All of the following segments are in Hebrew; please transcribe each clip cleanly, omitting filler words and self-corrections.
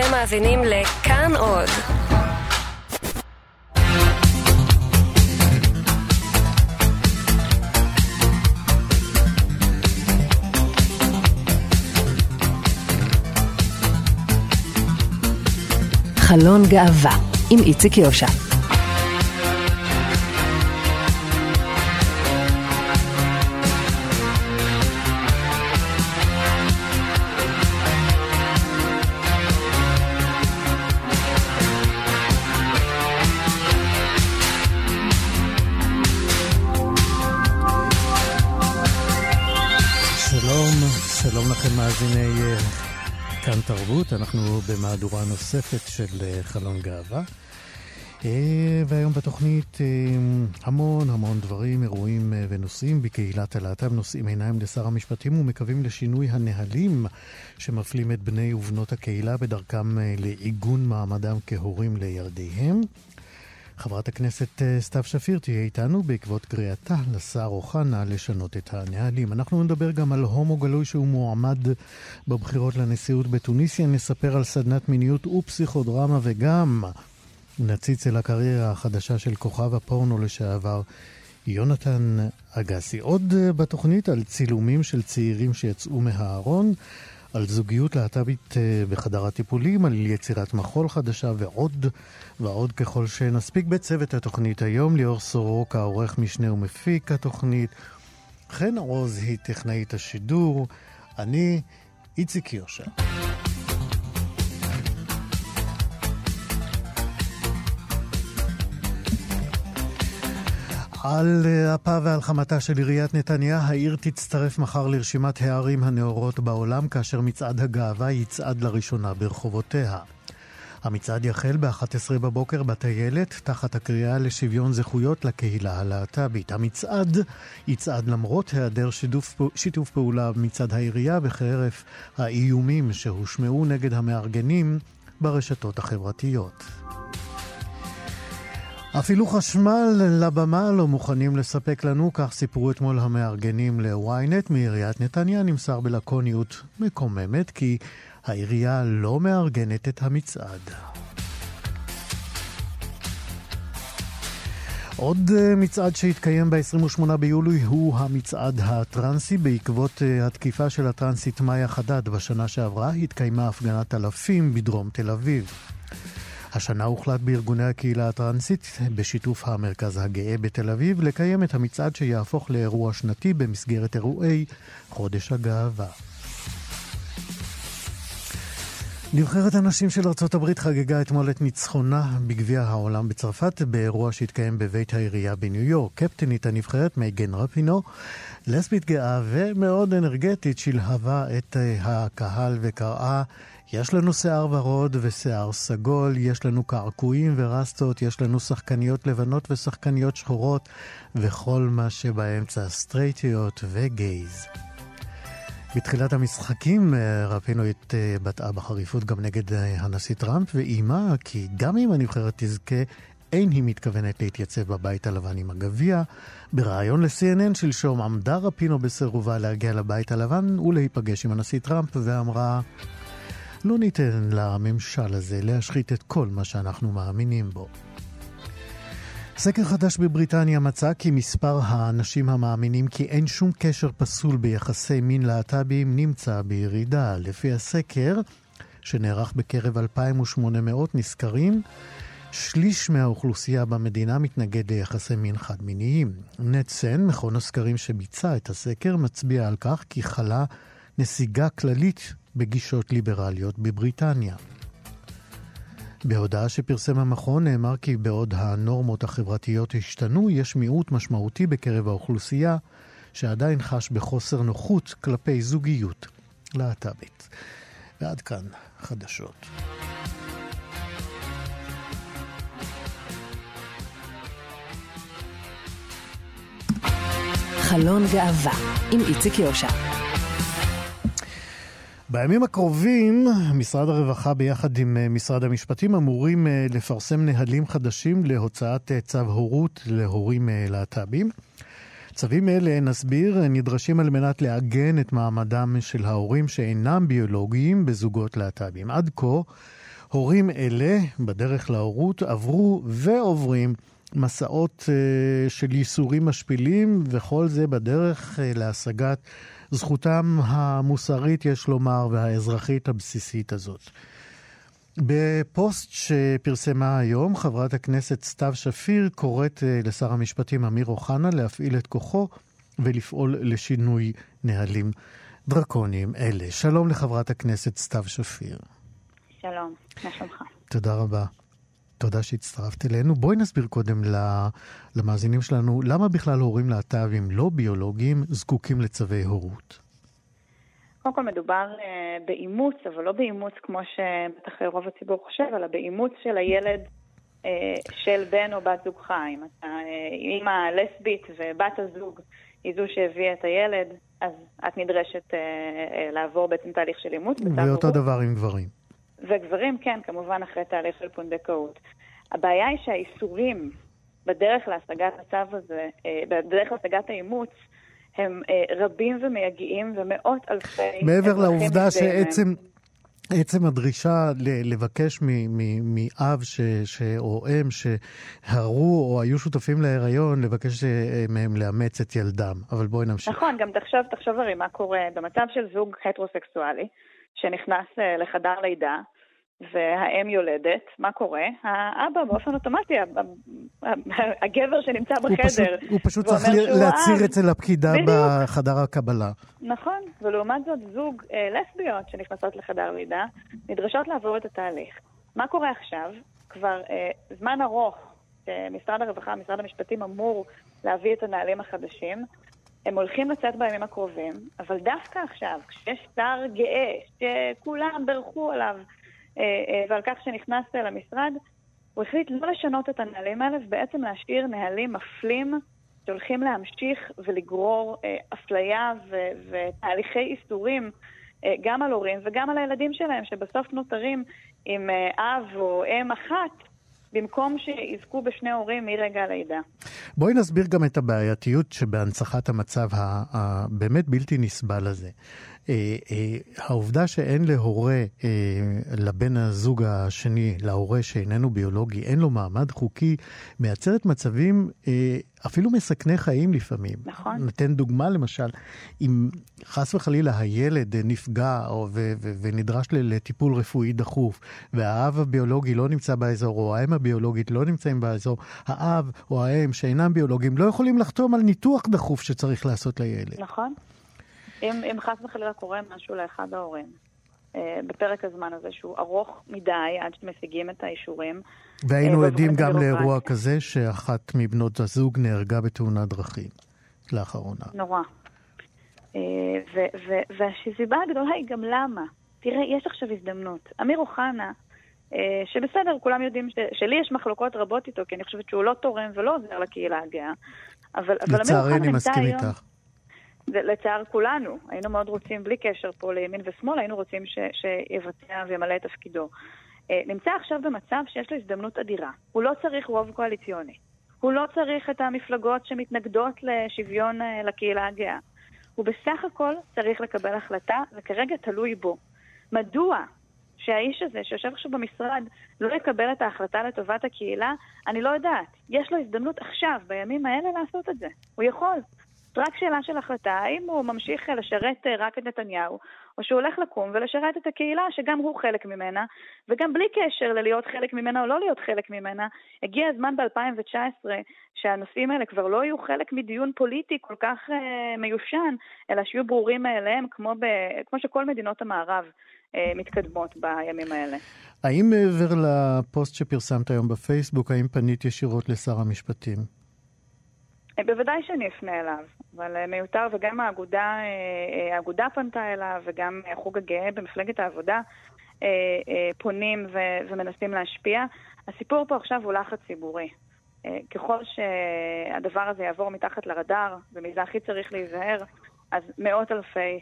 אתם מאזינים לכאן עוד. חלון גאווה עם איציק יושע. שלום לכם מאזיני כאן תרבות, אנחנו במהדורה נוספת של חלון גאווה, והיום בתוכנית המון דברים, אירועים ונושאים בקהילת הלהט"ב. נושאים עיניים לשר המשפטים ומקווים לשינוי הנהלים שמפלים את בני ובנות הקהילה בדרכם לעיגון מעמדם כהורים לילדיהם. חברת הכנסת סתיו שפיר תהיה איתנו בעקבות קריאתה לשר אוחנה לשנות את הנהלים. אנחנו נדבר גם על הומו גלוי שהוא מועמד בבחירות לנשיאות בתוניסיה, נספר על סדנת מיניות ופסיכודרמה, וגם נציץ אל הקריירה החדשה של כוכב הפורנו לשעבר יונתן אגסי. עוד בתוכנית על צילומים של צעירים שיצאו מהארון, על זוגיות להט"בית בחדר הטיפולים, על יצירת מחול חדשה ועוד ככל שנספיק. בצוות התוכנית היום ליאור סורוקה, עורך משנה ומפיק התוכנית, חן עוז היא טכנאית השידור, אני איציק יושע. על אפה ועל חמתה של עיריית נתניה, העיר תצטרף מחר לרשימת הערים הנאורות בעולם, כאשר מצעד הגאווה יצעד לראשונה ברחובותיה. המצעד יחל ב-11 בבוקר בטיילת, תחת הקריאה לשוויון זכויות לקהילה הלהט"בית. המצעד יצעד למרות היעדר שיתוף פעולה מצד העירייה, וחרף האיומים שהושמעו נגד המארגנים ברשתות החברתיות. אפילו חשמל לבמה לא מוכנים לספק לנו, כך סיפרו אתמול המארגנים לוויינט. מעיריית נתניה נמסר בלקוניות מקוממת כי העירייה לא מארגנת את המצעד. עוד מצעד שהתקיים ב-28 ביולי הוא המצעד הטרנסי. בעקבות התקיפה של הטרנסית מאיה חדד בשנה שעברה התקיימה הפגנת אלפים בדרום תל אביב. השנה הוחלט בארגוני הקהילה הטרנסית בשיתוף המרכז הגאה בתל אביב לקיים את המצעד שיהפוך לאירוע שנתי במסגרת אירועי חודש הגאווה. נבחרת הנשים של ארצות הברית חגגה אתמול את ניצחונה בגביע העולם בצרפת באירוע שהתקיים בבית העירייה בניו יורק. קפטנית הנבחרת מייגן רפינו, לסבית גאה ומאוד אנרגטית, שלהבה את הקהל וקראה: יש לנו שיער ורוד ושיער סגול, יש לנו קעקועים ורסטות, יש לנו שחקניות לבנות ושחקניות שחורות, וכל מה שבאמצע, סטרייטיות וגייז. בתחילת המשחקים רפינו התבטאה בחריפות גם נגד הנשיא טראמפ, ואימה כי גם אם הנבחרת תזכה, אין היא מתכוונת להתייצב בבית הלבן עם הגביע. בריאיון ל-CNN שלשום עמדה רפינו בסירובה להגיע לבית הלבן ולהיפגש עם הנשיא טראמפ, ואמרה: לא ניתן לממשל הזה להשחית את כל מה שאנחנו מאמינים בו. סקר חדש בבריטניה מצא כי מספר האנשים המאמינים כי אין שום קשר פסול ביחסי מין להט"בים נמצא בירידה. לפי הסקר שנערך בקרב 2,800 נזכרים, שליש מהאוכלוסייה במדינה מתנגד ליחסי מין חד-מיניים. נטסן, מכון הסקרים שביצע את הסקר, מצביע על כך כי חלה נסיגה כללית בגישות ליברליות בבריטניה. בהודעה שפרסם המכון נאמר כי בעוד הנורמות החברתיות השתנו, יש מיעוט משמעותי בקרב האוכלוסייה שעדיין חש בחוסר נוחות כלפי זוגיות להט"בית. ועד כאן חדשות. חלון גאווה עם איציק יושע. בימים הקרובים משרד הרווחה ביחד עם משרד המשפטים אמורים לפרסם נהלים חדשים להוצאת צו הורות להורים להט"בים. צווים אלה, נסביר, נדרשים על מנת לעגן את מעמדם של ההורים שאינם ביולוגיים בזוגות להט"בים. עד כה הורים אלה, בדרך להורות, עברו ועוברים מסעות של ייסורים משפילים, וכל זה בדרך להשגת זכותם המוסרית, יש לומר, והאזרחית הבסיסית הזאת. בפוסט שפרסמה היום, חברת הכנסת סתיו שפיר קוראת לשר המשפטים אמיר אוחנה להפעיל את כוחו ולפעול לשינוי נהלים דרקוניים אלה. שלום לחברת הכנסת סתיו שפיר. שלום, מה שלומך? תודה רבה. תודה שהצטרפת אלינו. בואי נסביר קודם למאזינים שלנו, למה בכלל הורים להט"בים לא ביולוגיים זקוקים לצווי הורות? קודם כל מדובר באימוץ, אבל לא באימוץ כמו שבטח רוב הציבור חושב, אלא באימוץ של הילד של בן או בת זוג חיים. אמא לסבית ובת הזוג היא זו שהביאה את הילד, אז את נדרשת לעבור בעצם תהליך של אימוץ. ואותו דבר עם גברים. וגברים, כן, כמובן אחרי תהליך של פונדקאות. הבעיה היא שהאיסורים בדרך להשגת הצו הזה, בדרך להשגת האימוץ, הם רבים ומייגעים ומאות אלפי... מעבר לעובדה שעצם הדרישה לבקש מאב או אם שהרו או היו שותפים להיריון, לבקש מהם לאמץ את ילדם. אבל בואי נמשיך. נכון, גם תחשוב הרי מה קורה במצב של זוג הטרוסקסואלי, שנכנס לחדר לידה, והאם יולדת, מה קורה? האבא באופן אוטומטי, הגבר שנמצא בחדר. הוא פשוט צריך להצהיר אצל הפקידה בחדר הקבלה. נכון, ולעומת זאת זוג לסביות שנכנסות לחדר לידה, נדרשות לעבור את התהליך. מה קורה עכשיו? כבר זמן ארוך, משרד הרווחה, משרד המשפטים אמור להביא את הנהלים החדשים, הם הולכים לצאת בימים הקרובים, אבל דווקא עכשיו, כשיש שר גאה, שכולם ברכו עליו, ועל כך שנכנס למשרד, הוא החליט לא לשנות את הנהלים האלה, ובעצם להשאיר נהלים מפלים, שהולכים להמשיך ולגרור אפליה ותהליכי איסורים, גם על הורים וגם על הילדים שלהם, שבסוף נותרים עם אב או אם אחת, במקום שיזכו בשני הורים מרגע הלידה. בואי נסביר גם את הבעייתיות שבהנצחת המצב הבאמת בלתי נסבל הזה. העובדה שאין להורה, לבן הזוג השני, להורה שאיננו ביולוגי, אין לו מעמד חוקי, מייצרת מצבים אפילו מסכני חיים לפעמים. נכון. נתן דוגמה למשל, אם חס וחלילה הילד נפגע ונדרש לטיפול רפואי דחוף, והאב הביולוגי לא נמצא באזור, או האם הביולוגית לא נמצאים באזור, האב או האם שאינם ביולוגיים לא יכולים לחתום על ניתוח דחוף שצריך לעשות לילד. נכון. אם חס וחלילה קורה משהו לאחד ההורים, בפרק הזמן הזה שהוא ארוך מדי עד שמשיגים את האישורים. והיינו עדים גם לאירוע כזה שאחת מבנות הזוג נהרגה בתאונת דרכים לאחרונה. נורא. והסיבה הגדולה היא גם למה. תראה, יש עכשיו הזדמנות. אמיר אוחנה, שבסדר, כולם יודעים שלי יש מחלוקות רבות איתו, כי אני חושבת שהוא לא תורם ולא עוזר לקהילה הגאה. לצערי אני מסכים איתך. לצער כולנו, היינו מאוד רוצים, בלי קשר פה לימין ושמאל, היינו רוצים שיבצע וימלא את תפקידו. נמצא עכשיו במצב שיש לו הזדמנות אדירה. הוא לא צריך רוב קואליציוני. הוא לא צריך את המפלגות שמתנגדות לשוויון לקהילה הגאה. הוא בסך הכל צריך לקבל החלטה, וכרגע תלוי בו. מדוע שהאיש הזה שיושב עכשיו במשרד לא יקבל את ההחלטה לטובת הקהילה? אני לא יודעת. יש לו הזדמנות עכשיו, בימים האלה, לעשות את זה. הוא יכול. רק שאלה של החלטה, האם הוא ממשיך לשרת רק את נתניהו, או שהוא הולך לקום ולשרת את הקהילה שגם הוא חלק ממנה, וגם בלי קשר ללהיות חלק ממנה או לא להיות חלק ממנה, הגיע הזמן ב-2019 שהנושאים האלה כבר לא יהיו חלק מדיון פוליטי כל כך מיושן, אלא שיהיו ברורים מאליהם, כמו שכל מדינות המערב מתקדמות בימים האלה. האם מעבר לפוסט שפרסמת היום בפייסבוק, האם פנית ישירות לשר המשפטים? בוודאי שאני אפנה אליו, אבל מיותר, וגם האגודה פנתה אליו, וגם החוג הגאה במפלגת העבודה פונים ומנסים להשפיע. הסיפור פה עכשיו הוא לחץ ציבורי. ככל שהדבר הזה יעבור מתחת לרדאר, ומזה הכי צריך להיזהר, אז מאות אלפי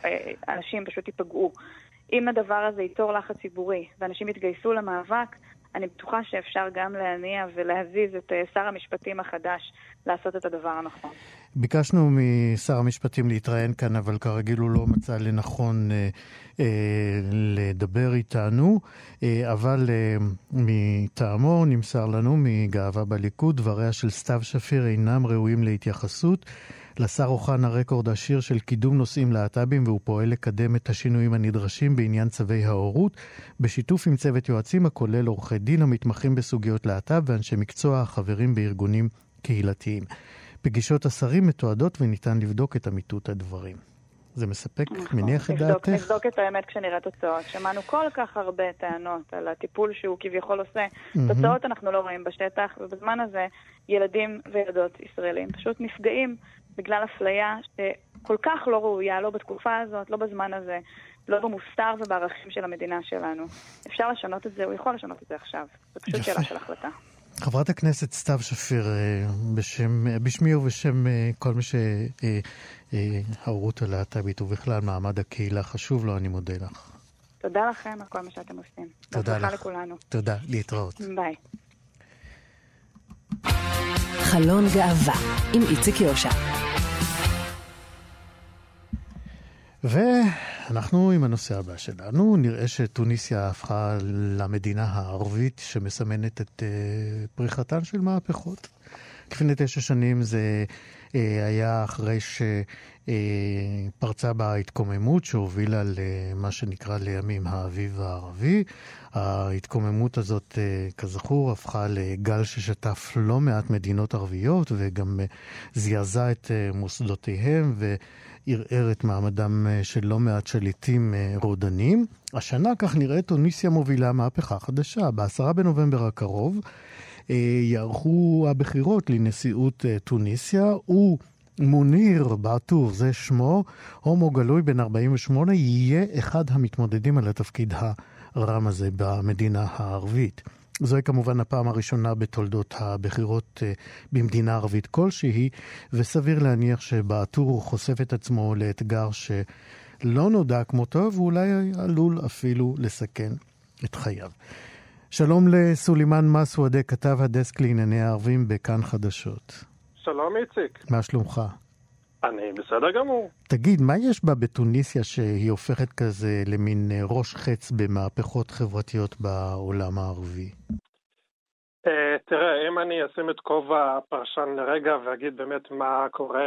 אנשים פשוט ייפגעו. אם הדבר הזה ייצור לחץ ציבורי, ואנשים יתגייסו למאבק, אני בטוחה שאפשר גם להניע ולהזיז את שר המשפטים החדש לעשות את הדבר הנכון. ביקשנו משר המשפטים להתראיין כאן, אבל כרגיל הוא לא מצא לנכון לדבר איתנו, אבל מטעמו נמסר לנו מגאווה בליכוד, דבריה של סתיו שפיר אינם ראויים להתייחסות. לשר אוחנה רקורד עשיר של קידום נושאים להט"בים, והוא פועל לקדם את השינויים הנדרשים בעניין צווי ההורות, בשיתוף עם צוות יועצים הכולל עורכי דין המתמחים בסוגיות להט"ב ואנשי מקצוע החברים בארגונים קהילתיים. פגישות השרים מתועדות וניתן לבדוק את אמיתות הדברים. זה מספק? מניח את דעתך? נבדוק את האמת כשנראה תוצאות. שמענו כל כך הרבה טענות על הטיפול שהוא כביכול עושה. תוצאות אנחנו לא רואים בשטח, ובזמן הזה ילדים וילדות ישראלים פשוט נפגעים בגלל אפליה שכל כך לא ראויה, לא בתקופה הזאת, לא בזמן הזה, לא במוסר ובערכים של המדינה שלנו. אפשר לשנות את זה, הוא יכול לשנות את זה עכשיו. זה פשוט שאלה של החלטה. חברת הכנסת סתיו שפיר, בשמי ובשם כל מי שההורות הלהט"בית ובכלל מעמד הקהילה חשוב לו, אני מודה לך. תודה לכם על כל מה שאתם עושים. תודה לך. לכולנו. תודה, להתראות. ביי. חלון גאווה עם איציק יושע. ואנחנו עם הנושא הבא שלנו. נראה שטוניסיה הפכה למדינה הערבית שמסמנת את פריחתן של מהפכות. לפני 9 שנים זה היה אחרי שפרצה בה ההתקוממות שהובילה למה שנקרא לימים האביב הערבי. ההתקוממות הזאת, כזכור, הפכה לגל ששטף לא מעט מדינות ערביות וגם זעזע את מוסדותיהם וערער את מעמדם של לא מעט שליטים רודנים. השנה, כך נראה, טוניסיה מובילה מהפכה חדשה. ב10 בנובמבר הקרוב יערכו הבחירות לנשיאות טוניסיה, ומוניר בעטור, זה שמו, הומו גלוי בן 48, יהיה אחד המתמודדים על התפקיד הרם הזה במדינה הערבית. זוהי כמובן הפעם הראשונה בתולדות הבחירות במדינה ערבית כלשהי, וסביר להניח שבעטור חושף את עצמו לאתגר שלא נודע כמותו, ואולי עלול אפילו לסכן את חייו. שלום לסולימן מסוודה, כתב הדסק לענייני הערבים בכאן חדשות. שלום איציק. מה שלומך? אני בסדר גמור. תגיד, מה יש בה בטוניסיה שהיא הופכת כזה למין ראש חץ במהפכות חברתיות בעולם הערבי? תראה, אם אני אשים את כובע פרשן לרגע ואגיד באמת מה קורה,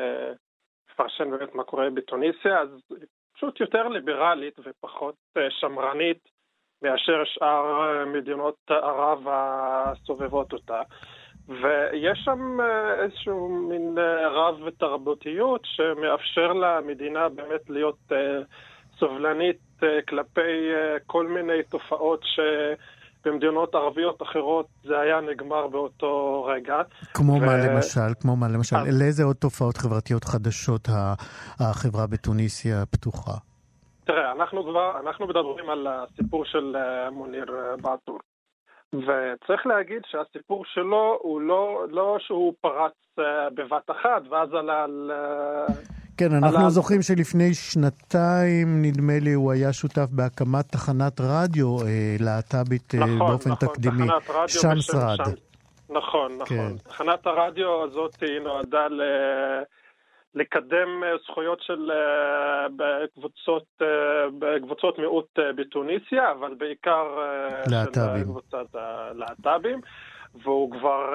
פרשן באמת מה קורה בטוניסיה, אז פשוט יותר ליברלית ופחות שמרנית מאשר שאר מדינות ערב הסובבות אותה. ויש שם איזשהו מין רב ותרבותיות שמאפשר למדינה באמת להיות סובלנית כלפי כל מיני תופעות שבמדינות ערביות אחרות זה היה נגמר באותו רגע. כמו מה למשל? לאיזה עוד תופעות חברתיות חדשות החברה בטוניסיה פתוחה? תראה, אנחנו מדברים על הסיפור של מוניר בעטור. וצריך להגיד שהסיפור שלו הוא לא שהוא פרץ בבת אחת ואז עלה על... כן, אנחנו זוכרים שלפני 2 נדמה לי הוא היה שותף בהקמת תחנת רדיו להט"בית באופן תקדימי. שמסרד. נכון. תחנת הרדיו הזאת היא נועדה לקדם זכויות של בקבוצות מיעוט בטוניסיה, אבל בעיקר של קבוצת הלהט"בים, והוא כבר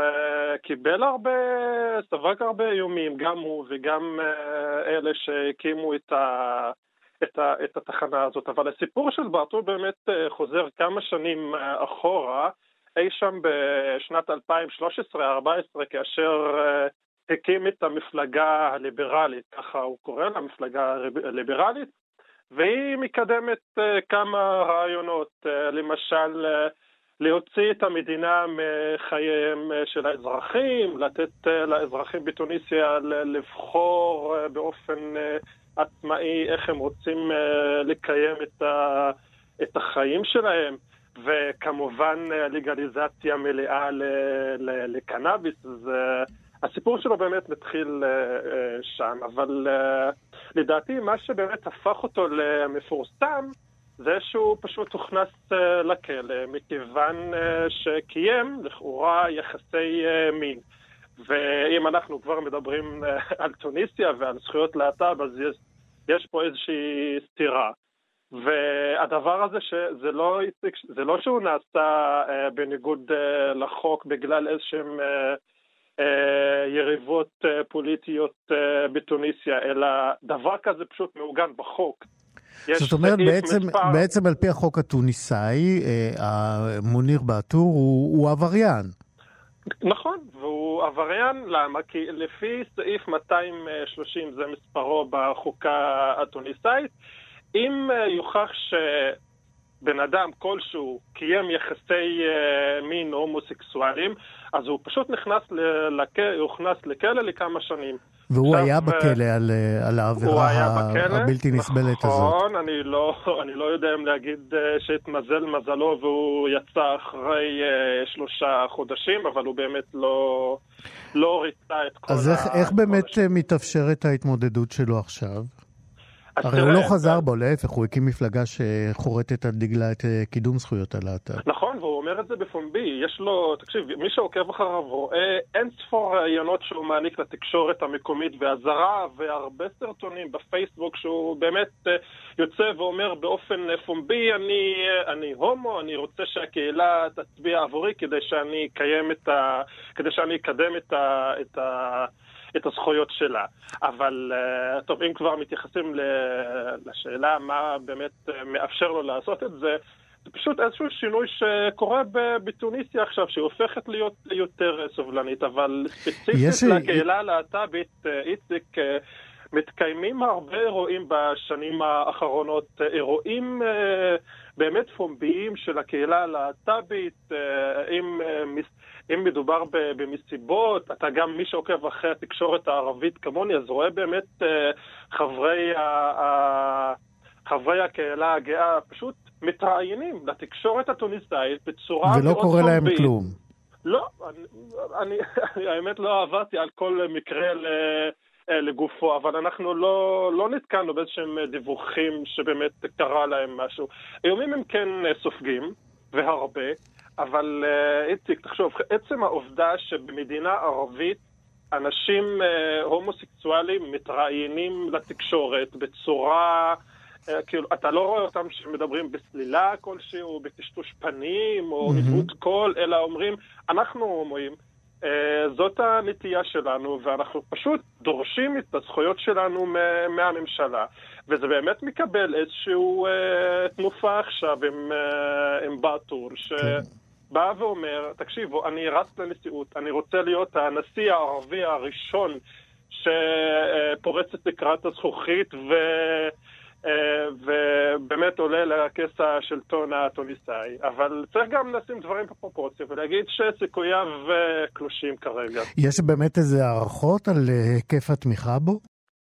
ספג הרבה איומים, גם הוא וגם אלה שהקימו את התחנה הזאת. אבל הסיפור של בעטור באמת חוזר כמה שנים אחורה, אי שם בשנת 2013-2014, כאשר הקים את המפלגה הליברלית, ככה הוא קורא לה, המפלגה הליברלית, והיא מקדמת כמה רעיונות, למשל להוציא את המדינה מחייהם של האזרחים, לתת לאזרחים בטוניסיה לבחור באופן עצמאי איך הם רוצים לקיים את החיים שלהם, וכמובן לגליזציה מלאה לקנאביס. הסיפור שלו באמת מתחיל שם, אבל לדעתי מה שבאמת הפך אותו למפורסם זה שהוא פשוט הוכנס לכלא מכיוון שקיים לכאורה יחסי מין. ואם אנחנו כבר מדברים על טוניסיה ועל זכויות להט"ב, אז יש פה איזושהי סתירה. והדבר הזה זה לא שהוא נעשה בניגוד לחוק בגלל איזשהם יריבות פוליטיות בטוניסיה, אלא דבר כזה פשוט מעוגן בחוק. זאת אומרת, בעצם על פי החוק הטוניסאי, מוניר באטור הוא עבריין. נכון, והוא עבריין, למה? כי לפי סעיף 230, זה מספרו בחוקה הטוניסאית, אם יוכח שבן אדם כלשהו קיים יחסי מין הומוסקסואלים, אז הוא פשוט נכנס לכלא לכמה שנים. והוא היה בכלא על העבירה הבלתי נסבלת הזאת. נכון, אני לא יודע אם להגיד שהתמזל מזלו והוא יצא אחרי 3 חודשים, אבל הוא באמת לא ריצה את כל... אז איך באמת מתאפשרת ההתמודדות שלו עכשיו? הרי הוא לא חזר בו, להפך, הוא הקים מפלגה שחורטת על דגלה את קידום זכויות הלהט"ב. נכון, והוא אומר את זה בפומבי. יש לו, תקשיב, מי שעוקב אחריו רואה אין ספור רעיונות שהוא מעניק לתקשורת המקומית והזרה, והרבה סרטונים בפייסבוק שהוא באמת יוצא ואומר באופן פומבי, אני הומו, אני רוצה שהקהילה תצביע עבורי כדי שאני אקדם את הזכויות שלה. אבל טוב, אם כבר מתייחסים לשאלה מה באמת מאפשר לו לעשות את זה, זה פשוט איזשהו שינוי שקורה בטוניסיה עכשיו, שהופכת להיות יותר סובלנית, אבל ספציפית לקהילה הלהט"בית, איציק, מתקיימים הרבה אירועים בשנים האחרונות, אירועים באמת פומביים של הקהילה הלהט"בית, אם מדובר במסיבות, אתה גם מי שעוקב אחרי התקשורת הערבית כמוני, אז רואה באמת חברי הקהילה הגאה פשוט מתראיינים לתקשורת הטוניסאית בצורה מאוד פומבית. ולא קורה להם כלום. לא, אני האמת לא עברתי על כל מקרה לגופו, אבל אנחנו לא נתקענו באיזשהם דיווחים שבאמת קרה להם משהו. איומים הם כן סופגים, והרבה, אבל איציק, תחשוב, עצם העובדה שבמדינה ערבית אנשים הומוסקסואלים מתראיינים לתקשורת בצורה, כאילו, אתה לא רואה אותם שמדברים בסלילה כלשהו, בטשטוש פנים או ניווט קול, אלא אומרים, אנחנו הומואים, זאת הנטייה שלנו, ואנחנו פשוט דורשים את הזכויות שלנו מהממשלה. וזה באמת מקבל איזשהו תנופה עכשיו עם באטור, שבא ואומר, תקשיבו, אני רץ לנשיאות, אני רוצה להיות הנשיא הערבי הראשון שפורץ את תקרת הזכוכית ובאמת עולה לכס השלטון הטוניסאי. אבל צריך גם לשים דברים בפרופורציה ולהגיד שסיכוייו קלושים כרגע. יש באמת איזה הערכות על היקף התמיכה בו?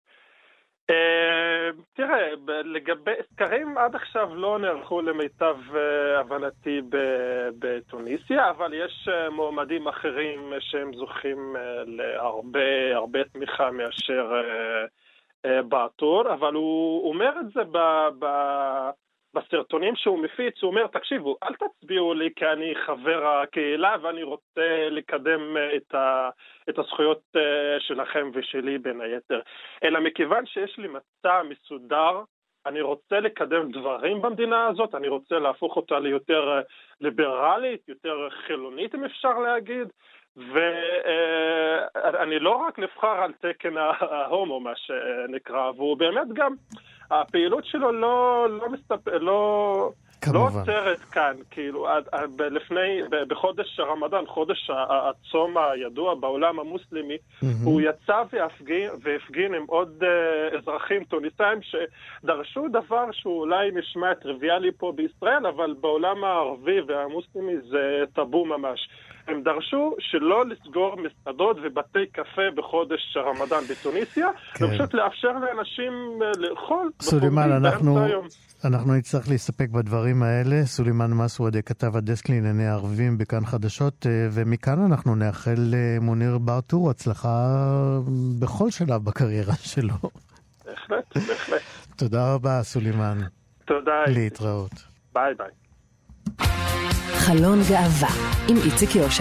תראה, לגבי סקרים עד עכשיו לא נערכו למיטב הבנתי בטוניסיה, אבל יש מועמדים אחרים שהם זוכים להרבה תמיכה מאשר באטור, אבל הוא אומר את זה בסרטונים שהוא מפיץ, הוא אומר, תקשיבו, אל תצביעו לי כי אני חבר הקהילה ואני רוצה לקדם את הזכויות שלכם ושלי בין היתר. אלא מכיוון שיש לי מצע מסודר, אני רוצה לקדם דברים במדינה הזאת, אני רוצה להפוך אותה ליותר ליברלית, יותר חילונית אם אפשר להגיד, ואני לא רק נבחר על תקן ההומו, מה שנקרא, והוא באמת גם, הפעילות שלו לא עוצרת כאן, כאילו, בחודש הרמדאן, חודש הצום הידוע בעולם המוסלמי, הוא יצא והפגין עם עוד אזרחים טוניסאים שדרשו דבר שהוא אולי נשמע טריוויאלי פה בישראל, אבל בעולם הערבי והמוסלמי זה טאבו ממש. הם דרשו שלא לסגור מסעדות ובתי קפה בחודש הרמדאן בטוניסיה, ופשוט לאפשר לאנשים לאכול. סולימן, אנחנו נצטרך להסתפק בדברים האלה. סולימן מסוודה, כתב הדסק לענייני ערבים בכאן חדשות, ומכאן אנחנו נאחל למוניר באטור הצלחה בכל שלב בקריירה שלו. בהחלט. תודה רבה, סולימן. תודה. להתראות. ביי ביי. חלון גאווה עם איציק יושע.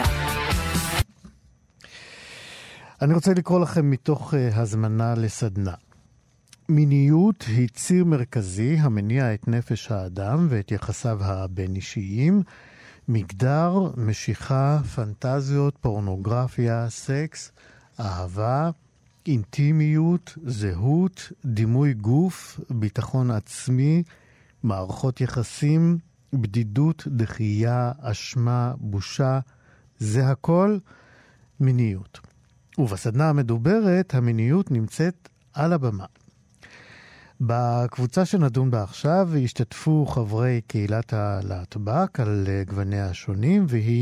אני רוצה לקרוא לכם מתוך הזמנה לסדנה. מיניות היא ציר מרכזי המניע את נפש האדם ואת יחסיו הבין-אישיים. מגדר, משיכה, פנטזיות, פורנוגרפיה, סקס, אהבה, אינטימיות, זהות, דימוי גוף, ביטחון עצמי, מערכות יחסים, בדידות, דחייה, אשמה, בושה, זה הכל מיניות. ובסדנה המדוברת המיניות נמצאת על הבמה. בקבוצה שנדון בה עכשיו השתתפו חברי קהילת הלהטב"ק על גווניה השונים,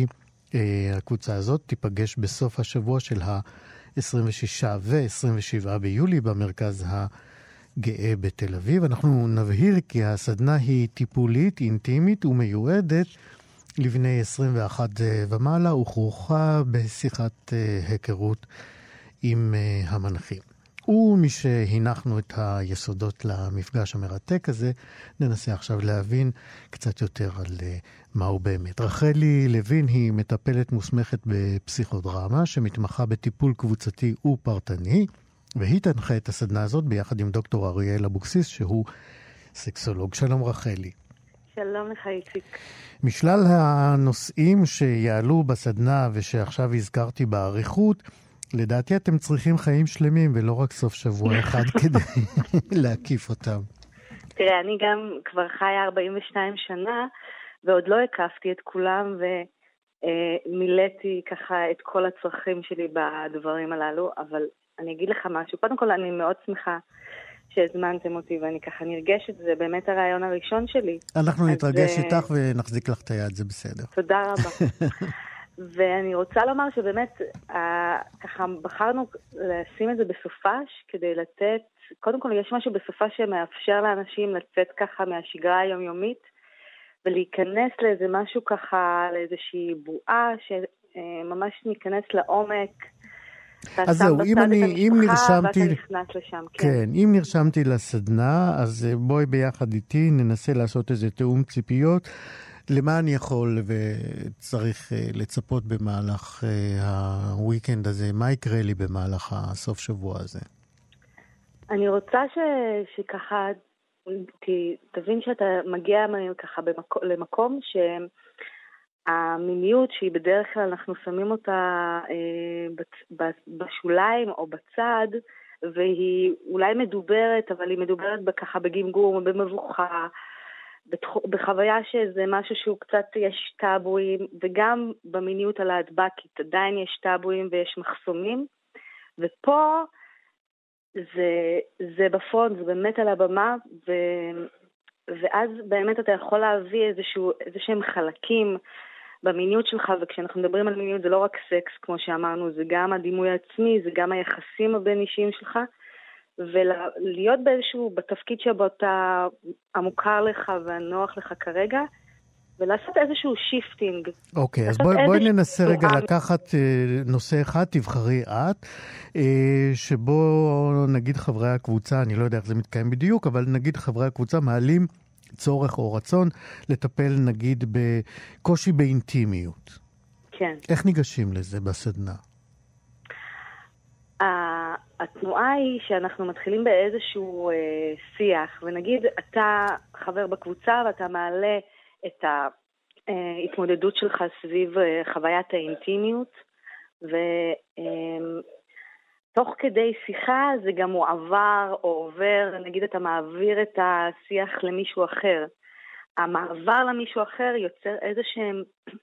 הקבוצה הזאת תיפגש בסוף השבוע של ה-26 ו-27 ביולי במרכז הגאה בתל אביב. אנחנו נבהיר כי הסדנה היא טיפולית, אינטימית ומיועדת לבני 21 ומעלה, וכרוכה בשיחת היכרות עם המנחים. ומי שהנחנו את היסודות למפגש המרתק הזה, ננסה עכשיו להבין קצת יותר על מהו באמת. רחלי לוין היא מטפלת מוסמכת בפסיכודרמה, שמתמחה בטיפול קבוצתי ופרטני, והיא תנחה את הסדנה הזאת ביחד עם דוקטור אריאל אבוקסיס, שהוא סקסולוג. שלום רחלי. שלום לך איציק. משלל הנושאים שיעלו בסדנה ושעכשיו הזכרתי בעריכות, לדעתי אתם צריכים חיים שלמים ולא רק סוף שבוע אחד כדי להקיף אותם. תראה, אני גם כבר חיה 42 שנה ועוד לא הקפתי את כולם ומילאתי ככה את כל הצרכים שלי בדברים הללו, אבל אני אגיד לך משהו. קודם כל אני מאוד שמחה שהזמנתם אותי ואני ככה נרגשת, זה באמת הרעיון הראשון שלי. אנחנו נתרגש איתך ונחזיק לך את היד, זה בסדר. תודה רבה. ואני רוצה לומר שבאמת ככה בחרנו לשים את זה בסופש כדי לתת, קודם כל יש משהו בסופש שמאפשר לאנשים לצאת ככה מהשגרה היומיומית ולהיכנס לאיזה משהו ככה, לאיזושהי בועה שממש ניכנס לעומק. אז זהו, אם נרשמתי, לשם, כן, אם נרשמתי לסדנה, אז בואי ביחד איתי ננסה לעשות איזה תאום ציפיות. למה אני יכול וצריך לצפות במהלך הוויקנד הזה? מה יקרה לי במהלך הסוף שבוע הזה? אני רוצה שככה, תבין שאתה מגיע ככה למקום שהמיניות שהיא בדרך כלל אנחנו שמים אותה בשוליים או בצד, והיא אולי מדוברת, אבל היא מדוברת ככה בגמגום, במבוכה, בחוויה שזה משהו שהוא קצת יש טאבויים, וגם במיניות הלהטב"קית עדיין יש טאבויים ויש מחסומים, ופה זה בפרונט, זה באמת על הבמה, ואז באמת אתה יכול להביא איזשהם חלקים במיניות שלך, וכשאנחנו מדברים על מיניות זה לא רק סקס כמו שאמרנו, זה גם הדימוי העצמי, זה גם היחסים הבין אישיים שלך, ולהיות באיזשהו, בתפקיד שבו אתה המוכר לך והנוח לך כרגע, ולעשות איזשהו שיפטינג. אוקיי, אז בואי ננסה רגע לקחת נושא אחד, תבחרי את, שבו נגיד חברי הקבוצה, אני לא יודע איך זה מתקיים בדיוק, אבל נגיד חברי הקבוצה מעלים צורך או רצון לטפל נגיד בקושי באינטימיות. כן. איך ניגשים לזה בסדנה? התנועה היא שאנחנו מתחילים באיזשהו שיח, ונגיד אתה חבר בקבוצה ואתה מעלה את ההתמודדות שלך סביב חוויית האינטימיות, ותוך כדי שיחה זה גם מועבר או עובר, נגיד אתה מעביר את השיח למישהו אחר. המעבר למישהו אחר יוצר איזשהם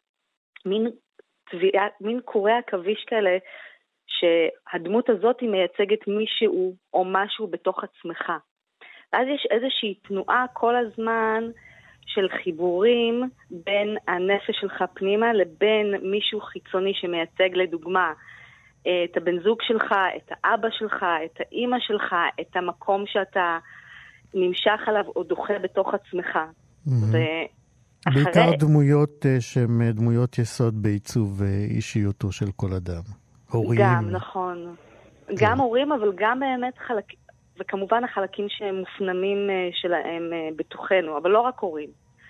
מין קורי עכביש כאלה, שהדמות הזאת היא מייצגת מישהו או משהו בתוך עצמך. ואז יש איזושהי תנועה כל הזמן של חיבורים בין הנפש שלך פנימה לבין מישהו חיצוני שמייצג לדוגמה את הבן זוג שלך, את האבא שלך, את האמא שלך, את המקום שאתה נמשך עליו או דוחה בתוך עצמך. בעיקר דמויות שהן דמויות יסוד בעיצוב אישיותו של כל אדם. הורים. גם, נכון. גם הורים, אבל גם באמת וכמובן החלקים שהם מופנמים שלהם בתוכנו, אבל לא רק הורים.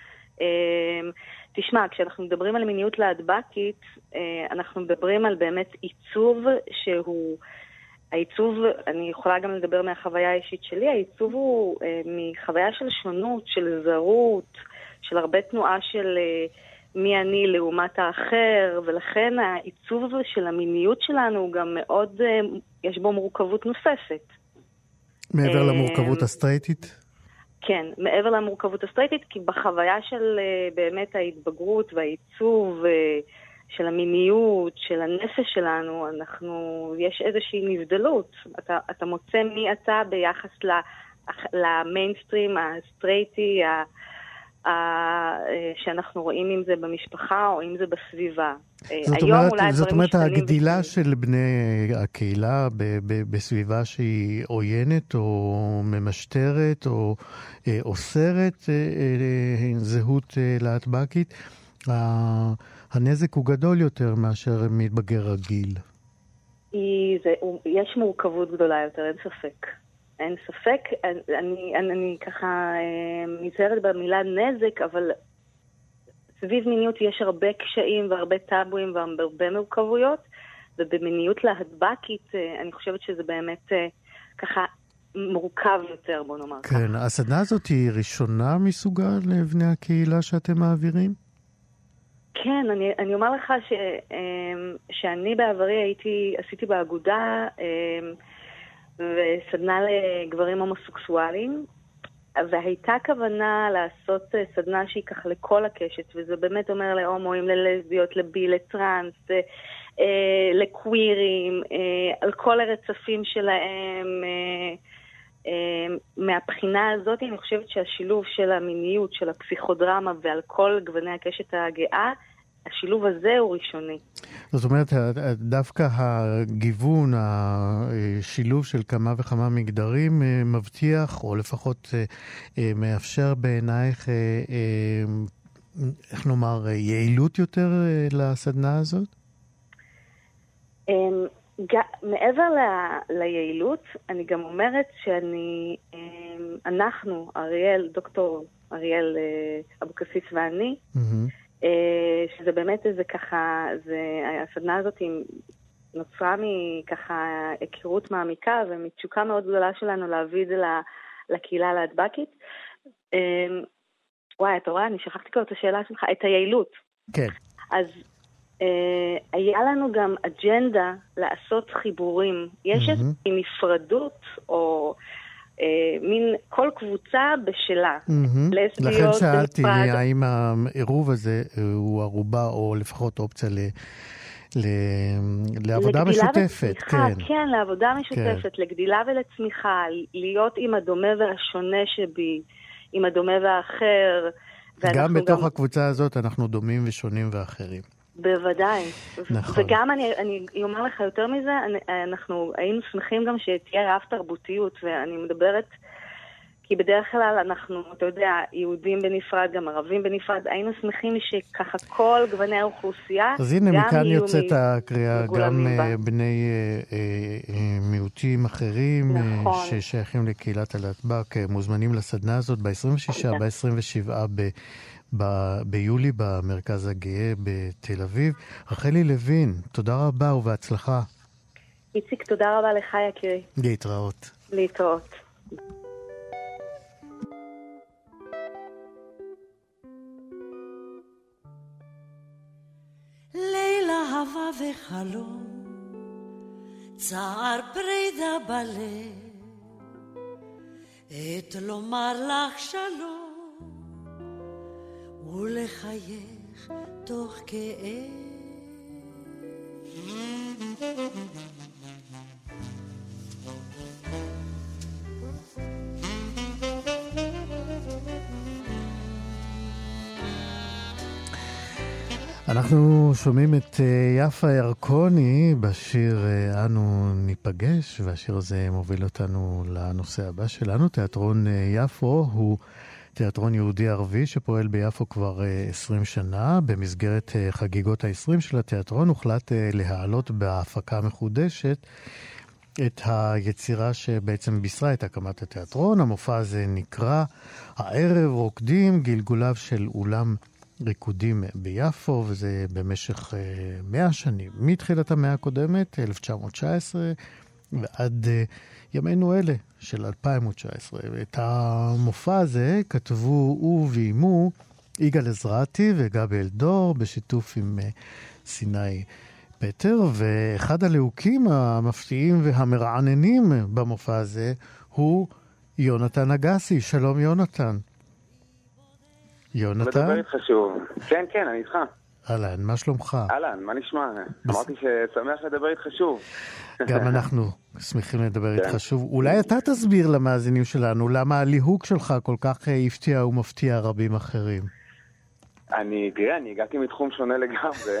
תשמע, כשאנחנו מדברים על מיניות להטב"קית, אנחנו מדברים על באמת עיצוב שהוא, העיצוב, אני יכולה גם לדבר מהחוויה האישית שלי, העיצוב הוא מחוויה של שונות, של זרות, של הרבה תנועה של מי אני לעומת האחר, ולכן העיצוב של המיניות שלנו הוא גם מאוד, יש בו מורכבות נוספת. מעבר למורכבות הסטרייטית? כן, מעבר למורכבות הסטרייטית, כי בחוויה של באמת ההתבגרות והעיצוב של המיניות, של הנפש שלנו, יש איזושהי נבדלות. אתה מוצא מי אתה ביחס למיינסטרים הסטרייטי, שאנחנו רואים אם זה במשפחה או אם זה בסביבה. זאת אומרת, הגדילה של בני הקהילה בסביבה שהיא עוינת או ממשטרת או אוסרת זהות להטב"קית, הנזק הוא גדול יותר מאשר מתבגר רגיל. יש מורכבות גדולה יותר, אין ספק. אין ספק, אני ככה נזהרת במילה נזק, אבל סביב מיניות יש הרבה קשיים והרבה טאבויים והרבה מורכבויות, ובמיניות להטב"קית אני חושבת שזה באמת ככה מורכב יותר, בוא נאמר. כן, הסדנה הזאת היא ראשונה מסוגה לבני הקהילה שאתם מעבירים? כן, אני אומר לך שאני בעברי עשיתי באגודה וסדנה לגברים הומוסקסואליים, והייתה כוונה לעשות סדנה שהיא ככה לכל הקשת, וזה באמת אומר להומואים, ללסביות, לבי, לטרנס, לקווירים, על כל הרצפים שלהם. מהבחינה הזאת אני חושבת שהשילוב של המיניות, של הפסיכודרמה ועל כל גווני הקשת הגאה, השילוב הזה הוא ראשוני. זאת אומרת, דווקא הגיוון, השילוב של כמה וכמה מגדרים מבטיח, או לפחות מאפשר בעינייך, איך נאמר, יעילות יותר לסדנה הזאת? מעבר ליעילות, אני גם אומרת אנחנו, דוקטור אריאל אבוקסיס ואני, שזה באמת איזה ככה, הסדנה הזאת נוצרה מככה היכרות מעמיקה ומצוקה מאוד גדולה שלנו להביא את זה לקהילה הלהטב"קית. וואי, אתה רואה, אני שכחתי כבר את השאלה שלך, את היעילות. כן. אז היה לנו גם אג'נדה לעשות חיבורים. יש איזו נפרדות או מין כל קבוצה בשלה. לכן שאלתי האם העירוב הזה הוא ערובה או לפחות אופציה לעבודה משותפת. כן, לעבודה משותפת, לגדילה ולצמיחה, להיות עם הדומה והשונה שבי, עם הדומה והאחר. גם בתוך הקבוצה הזאת אנחנו דומים ושונים ואחרים. בוודאי. נכון. וגם אני אומר לך יותר מזה, אנחנו היינו שמחים גם שתהיה רב תרבותיות, ואני מדברת, כי בדרך כלל אנחנו, אתה יודע, יהודים בנפרד, גם ערבים בנפרד, היינו שמחים שככה כל גווני האוכלוסייה, אז הנה מכאן יוצאת הקריאה, גם בני מיעוטים אחרים, נכון. ששייכים לקהילת הלהטב"ק, מוזמנים לסדנה הזאת ב-26, ב-27 ביולי במרכז הגאה בתל אביב. רחלי לוין, תודה רבה ובהצלחה. איציק, תודה רבה לך יקירי. להתראות. להתראות. לילה הווה וחלום, צער פרידה בלב, עת לומר לך שלום ולחייך תוך כאב. אנחנו שומעים את יפה ירקוני בשיר אנו ניפגש, והשיר הזה מוביל אותנו לנושא הבא שלנו. תיאטרון יפו הוא תיאטרון יהודי ערבי שפועל ביפו כבר 20 שנה. במסגרת חגיגות ה-20 של התיאטרון הוחלט להעלות בהפקה מחודשת את היצירה שבעצם בישרה את הקמת התיאטרון. המופע הזה נקרא הערב רוקדים, גלגוליו של אולם ריקודים ביפו, וזה במשך 100 שנים, מתחילת המאה הקודמת, 1919, ועד ימינו אלה של 2019. את המופע הזה כתבו וביימו יגאל עזרתי וגבי אלדור בשיתוף עם סיני פטר, ואחד הלהוקים המפתיעים והמרעננים במופע הזה הוא יונתן אגסי. שלום יונתן. יונתן? מדבר איתך שוב. כן, כן, אני איתך. אהלן, מה שלומך? אהלן, מה נשמע? אמרתי ששמח לדבר איתך שוב. גם אנחנו שמחים לדבר איתך שוב. אולי אתה תסביר למאזינים שלנו למה הליהוק שלך כל כך הפתיע ומפתיע רבים אחרים. תראה, אני הגעתי מתחום שונה לגמרי.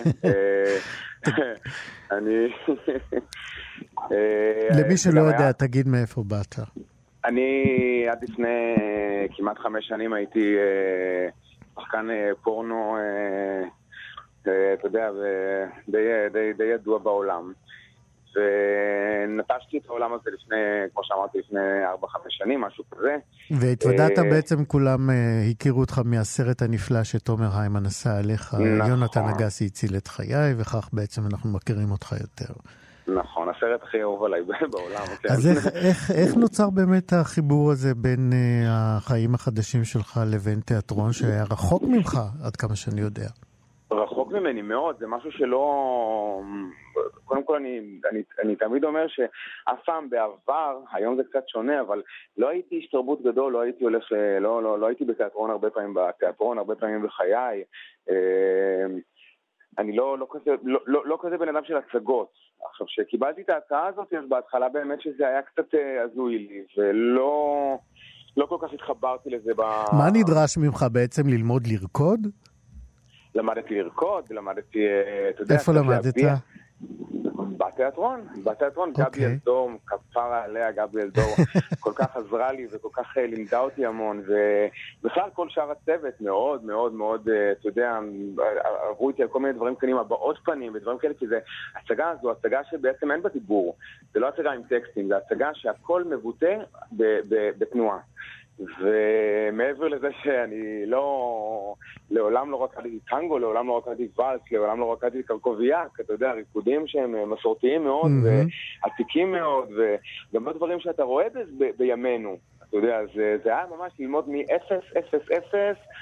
למי שלא יודע, תגיד מאיפה באת. אני עד לפני כמעט 5 שנים הייתי שחקן פורנו, אתה יודע, די ידוע בעולם. ונטשתי את העולם הזה לפני, כמו שאמרתי, לפני 4-5 שנים, משהו כזה. והתוודעת בעצם, כולם הכירו אותך מהסרט הנפלא שתומר היימן עשה עליך. יונתן אגסי הציל את חיי, וכך בעצם אנחנו מכירים אותך יותר. נכון, הסרט הכי אהוב עליי בעולם. אז איך נוצר באמת החיבור הזה בין החיים החדשים שלך לבין תיאטרון שהיה רחוק ממך, עד כמה שאני יודע? רחוק ממני מאוד, זה משהו שלא... קודם כל אני תמיד אומר שאף פעם בעבר, היום זה קצת שונה, אבל לא הייתי איש תרבות גדול, לא הייתי הולך, לא הייתי בתיאטרון הרבה פעמים הרבה פעמים בחיי. אני לא כזה בן אדם של הצגות. עכשיו, שקיבלתי את ההצעה הזאת, אז בהתחלה באמת שזה היה קצת הזוי לי, ולא כל כך התחברתי לזה. מה נדרש ממך בעצם ללמוד לרקוד? למדתי לרקוד, למדתי... איפה למדת? בתיאטרון, גבי אלדור, כפרה עליה, גבי אלדור, כל כך עזרה לי וכל כך לימדה אותי המון, ובכלל כל שאר הצוות מאוד מאוד מאוד, אתה יודע, עברו איתי על כל מיני דברים קטנים, הבעות פנים ודברים כאלה, כי זה הצגה, זו הצגה שבעצם אין בדיבור, זה לא הצגה עם טקסטים, זה הצגה שהכל מבוטא בתנועה. ומעבר לזה שאני לעולם לא רקדתי טנגו, לעולם לא רקדתי ואלס, לעולם לא רקדתי קרקוביה, אתה יודע, ריקודים שהם מסורתיים מאוד ועתיקים מאוד, וגם דברים שאתה רואה בימינו, אתה יודע, זה היה ממש ללמוד מ-0-0-0,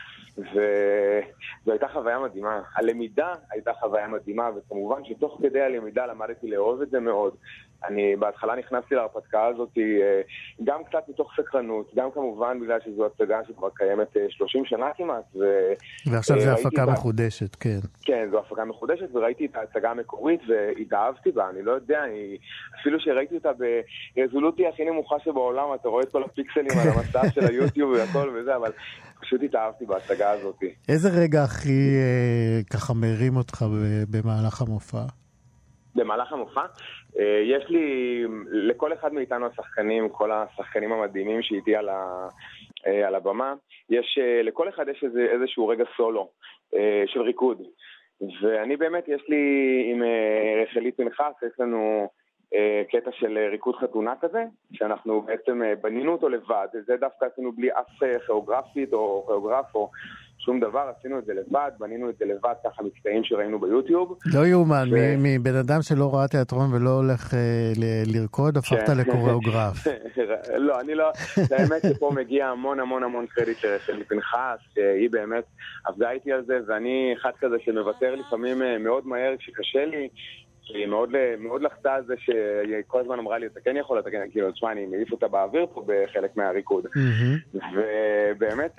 וזו הייתה חוויה מדהימה. הלמידה הייתה חוויה מדהימה, וכמובן שתוך כדי הלמידה למדתי לאהוב את זה מאוד. אני בהתחלה נכנסתי להרפתקה הזאת גם קצת מתוך סקרנות, גם כמובן בגלל שזו הצגה שכבר קיימת 30 שנה כמעט. ועכשיו זו הפקה מחודשת, כן. כן, זו הפקה מחודשת, וראיתי את ההצגה המקורית והתאהבתי בה, אני לא יודע, אפילו שראיתי אותה ברזולוציה הכי נמוכה שבעולם, אתה רואה את כל הפיקסלים על המסך של היוטיוב והכל וזה, אבל פשוט התאהבתי בהצגה הזאת. איזה רגע הכי ככה מרים אותך במהלך המופע? במהלך המופע? יש לי, לכל אחד מאיתנו השחקנים, כל השחקנים המדהימים שאיתי על הבמה, לכל אחד יש איזשהו רגע סולו של ריקוד. ואני באמת, יש לי עם רחלי פנחס, יש לנו קטע של ריקוד חתונה כזה, שאנחנו בעצם בנינו אותו לבד. זה דווקא עשינו בלי אף כיאוגרפית או כיאוגרף או שום דבר, עשינו את זה לבד, בנינו את זה לבד, ככה מקטעים שראינו ביוטיוב. לא יאומן, מבן אדם שלא ראה תיאטרון ולא הולך לרקוד, הפכת לקוריאוגרף. לא, אני לא, האמת שפה מגיע המון המון המון קרדיט של פנחס, שהיא באמת עבדה איתי על זה, ואני אחד כזה שמוותר לפעמים מאוד מהר כשקשה לי, היא מאוד לחצה על זה שכל הזמן אמרה לי, אתה כן יכול, אתה כן, כאילו, תשמע, אני מעיף אותה באוויר פה בחלק מהריקוד. ובאמת...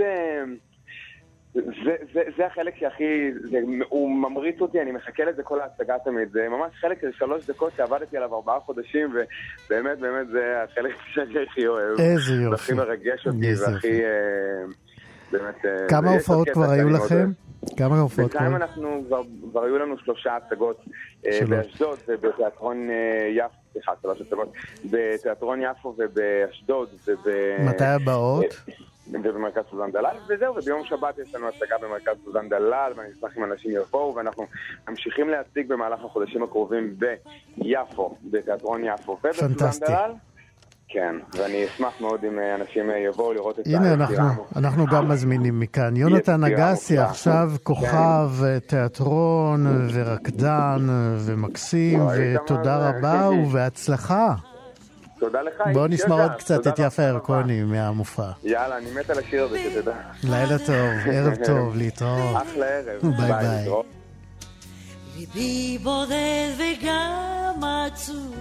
זה החלק שהכי, הוא ממריץ אותי, אני מחכה לזה כל ההצגה תמיד, זה ממש חלק של 3 דקות שעבדתי עליו 4 חודשים, ובאמת, באמת זה החלק שאני הכי אוהב. איזה יופי. והכי מרגש אותי, והכי, באמת... כמה הופעות כבר היו לכם? כמה הופעות כבר? בינתיים אנחנו, כבר היו לנו 3 הצגות באשדוד ובתיאטרון יפו, בתיאטרון יפו ובאשדוד. מתי הבאות? ובמרכז סוזן דלל, וזהו, וביום שבת יש לנו הצגה במרכז סוזן דלל, ואני אשמח אם אנשים יבואו, ואנחנו ממשיכים להציג במהלך החודשים הקרובים ביפו, בתיאטרון יפו, ובסוזן דלל. כן, ואני אשמח מאוד אם אנשים יבואו לראות את הנה, אנחנו גם מזמינים מכאן. יונתן אגסי, עכשיו כוכב תיאטרון ורקדן ומקסים, ותודה רבה ובהצלחה. תודה לך. בואו נשמע עוד קצת את יפה ירקוני מהמופע. יאללה, אני מת על השיר הזה, שתדע. לילה טוב, ערב טוב, להתראות. אחלה ערב. ביי ביי. ליבי בודד וגם עצוב,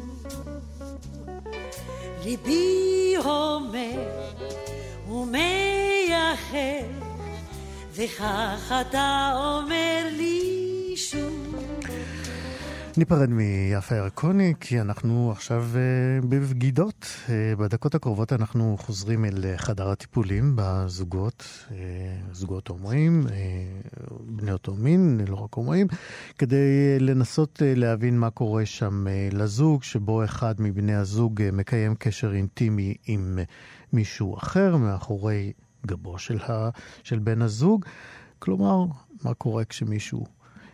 ליבי הומר ומייחד, וכך אתה אומר לי שוב. ניפרד מיפה ירקוני, כי אנחנו עכשיו בבגידות. בדקות הקרובות אנחנו חוזרים אל חדר הטיפולים בזוגות, זוגות הומואים, בני אותו מין, לא רק הומואים, כדי לנסות להבין מה קורה שם לזוג, שבו אחד מבני הזוג מקיים קשר אינטימי עם מישהו אחר, מאחורי גבו של בן הזוג. כלומר, מה קורה כשמישהו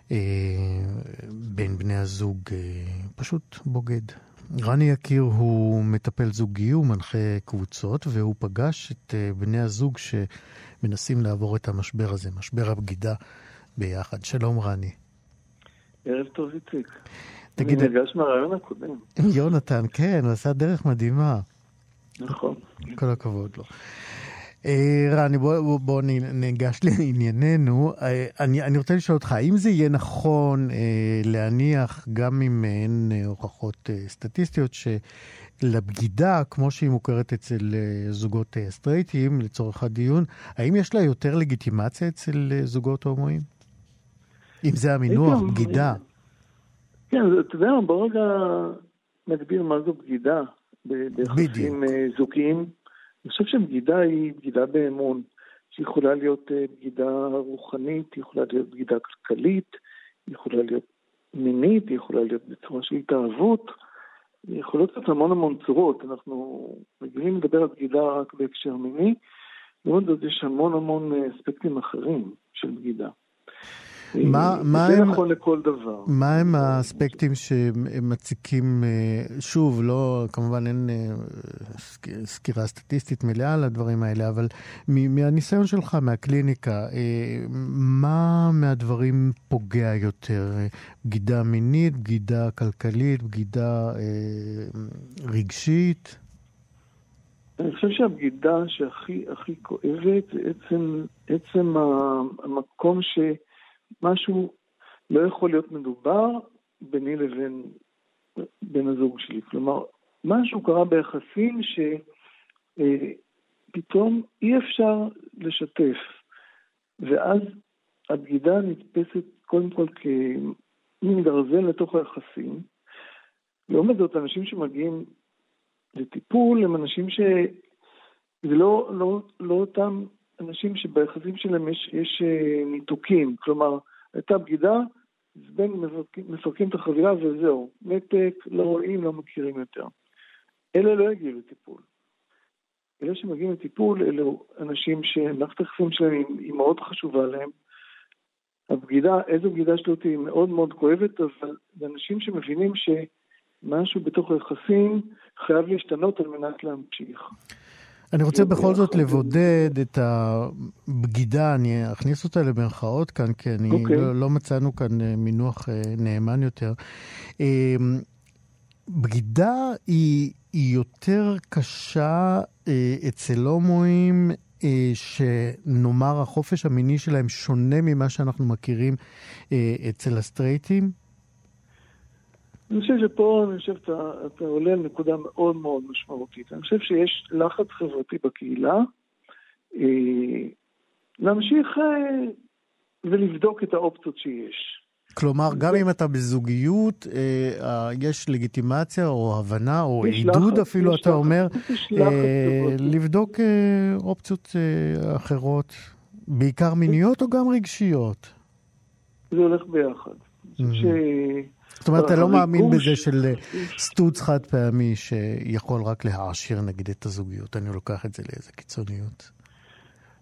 בין בני הזוג פשוט בוגד. רני יקיר הוא מטפל זוגי, הוא מנחה קבוצות, והוא פגש את בני הזוג שמנסים לעבור את המשבר הזה, משבר הבגידה ביחד. שלום רני. ערב טוב איציק. אני נרגש מהרעיון הקודם. יונתן, כן, הוא עשה דרך מדהימה. נכון. כל הכבוד לו. רני, בוא ניגש לענייננו. אני רוצה לשאול אותך, האם זה יהיה נכון להניח, גם אם אין הוכחות סטטיסטיות, שלבגידה, כמו שהיא מוכרת אצל זוגות סטרייטים, לצורך הדיון, האם יש לה יותר לגיטימציה אצל זוגות הומואים? אם זה המינוח, בגידה. כן, אתה יודע, בוא רגע נגדיר מה זו בגידה ביחסים זוגיים. אני חושב שבגידה היא בגידה באמון, שיכולה להיות בגידה רוחנית, היא יכולה להיות בגידה כלכלית, היא יכולה להיות מינית, היא יכולה להיות בצורה של התאהבות, היא יכולה להיות המון צורות. אנחנו רגילים לדבר על בגידה רק בהקשר מיני, לעומת זאת יש המון אספקטים אחרים של בגידה. זה נכון לכל דבר. מה הם האספקטים שמציקים, שוב, לא, כמובן אין סקירה סטטיסטית מלאה על הדברים האלה, אבל מהניסיון שלך, מהקליניקה, מה מהדברים פוגע יותר? בגידה מינית, בגידה כלכלית, בגידה רגשית? אני חושב שהבגידה שהכי כואבת זה עצם המקום משהו לא יכול להיות מדובר ביני לבין בן הזוג שלי. כלומר, משהו קרה ביחסים שפתאום אי אפשר לשתף. ואז הבגידה נתפסת קודם כל כמין גרזן לתוך היחסים. לעומת זאת, אנשים שמגיעים לטיפול הם אנשים זה לא אותם אנשים שביחסים שלהם יש ניתוקים, כלומר, הייתה בגידה, אז בין מפרקים את החבילה וזהו, נתק, לא רואים, לא מכירים יותר. אלה לא הגיעו לטיפול. אלה שמגיעים לטיפול, אלה אנשים שמערכת היחסים שלהם היא מאוד חשובה להם. הבגידה, איזו בגידה שלו היא מאוד כואבת, אבל זה אנשים שמבינים שמשהו בתוך היחסים חייב להשתנות על מנת להמשיך. אני רוצה בכל זאת לבודד את הבגידה, אני אכניס אותה למרכאות כאן, כי לא מצאנו כאן מינוח נאמן יותר. בגידה היא יותר קשה אצל הומואים, שנאמר החופש המיני שלהם שונה ממה שאנחנו מכירים אצל הסטרייטים? אני חושב שפה, אתה עולה על נקודה מאוד משמעותית. אני חושב שיש לחץ חברתי בקהילה, להמשיך ולבדוק את האופציות שיש. כלומר, גם אם אתה בזוגיות, יש לגיטימציה או הבנה או עידוד אפילו, אתה אומר, לבדוק אופציות אחרות, בעיקר מיניות או גם רגשיות? זה הולך ביחד. אני חושב זאת אומרת, אתה לא מאמין בזה של סטוץ חד פעמי שיכול רק להעשיר נגיד את הזוגיות. אני לוקח את זה לאיזה קיצוניות.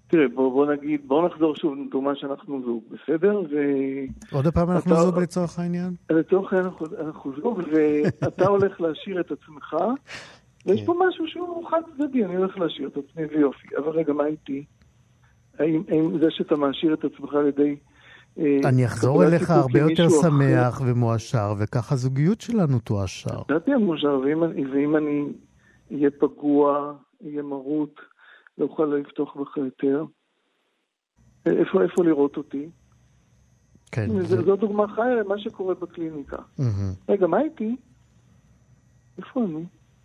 תראה, בוא נחזור שוב לתאומה שאנחנו זוג, בסדר? עוד הפעם אנחנו זוג לצורך העניין? לצורך העניין אנחנו זוג, ואתה הולך להשאיר את עצמך, ויש פה משהו שהוא חד צדדי, אני הולך להשאיר את עצמי ויופי. אבל רגע, מה איתי? האם זה שאתה מאשיר את עצמך על ידי... אני אחזור אליך הרבה יותר שמח ומואשר, וככה הזוגיות שלנו תואשר. אתה תהיה מואשר, ואם אני אהיה פגוע, אהיה מרות, לא אוכל לפתוח בך יותר. איפה לראות אותי? כן. זו דוגמה חיה למה שקורה בקליניקה. רגע, מה איתי? איפה אני?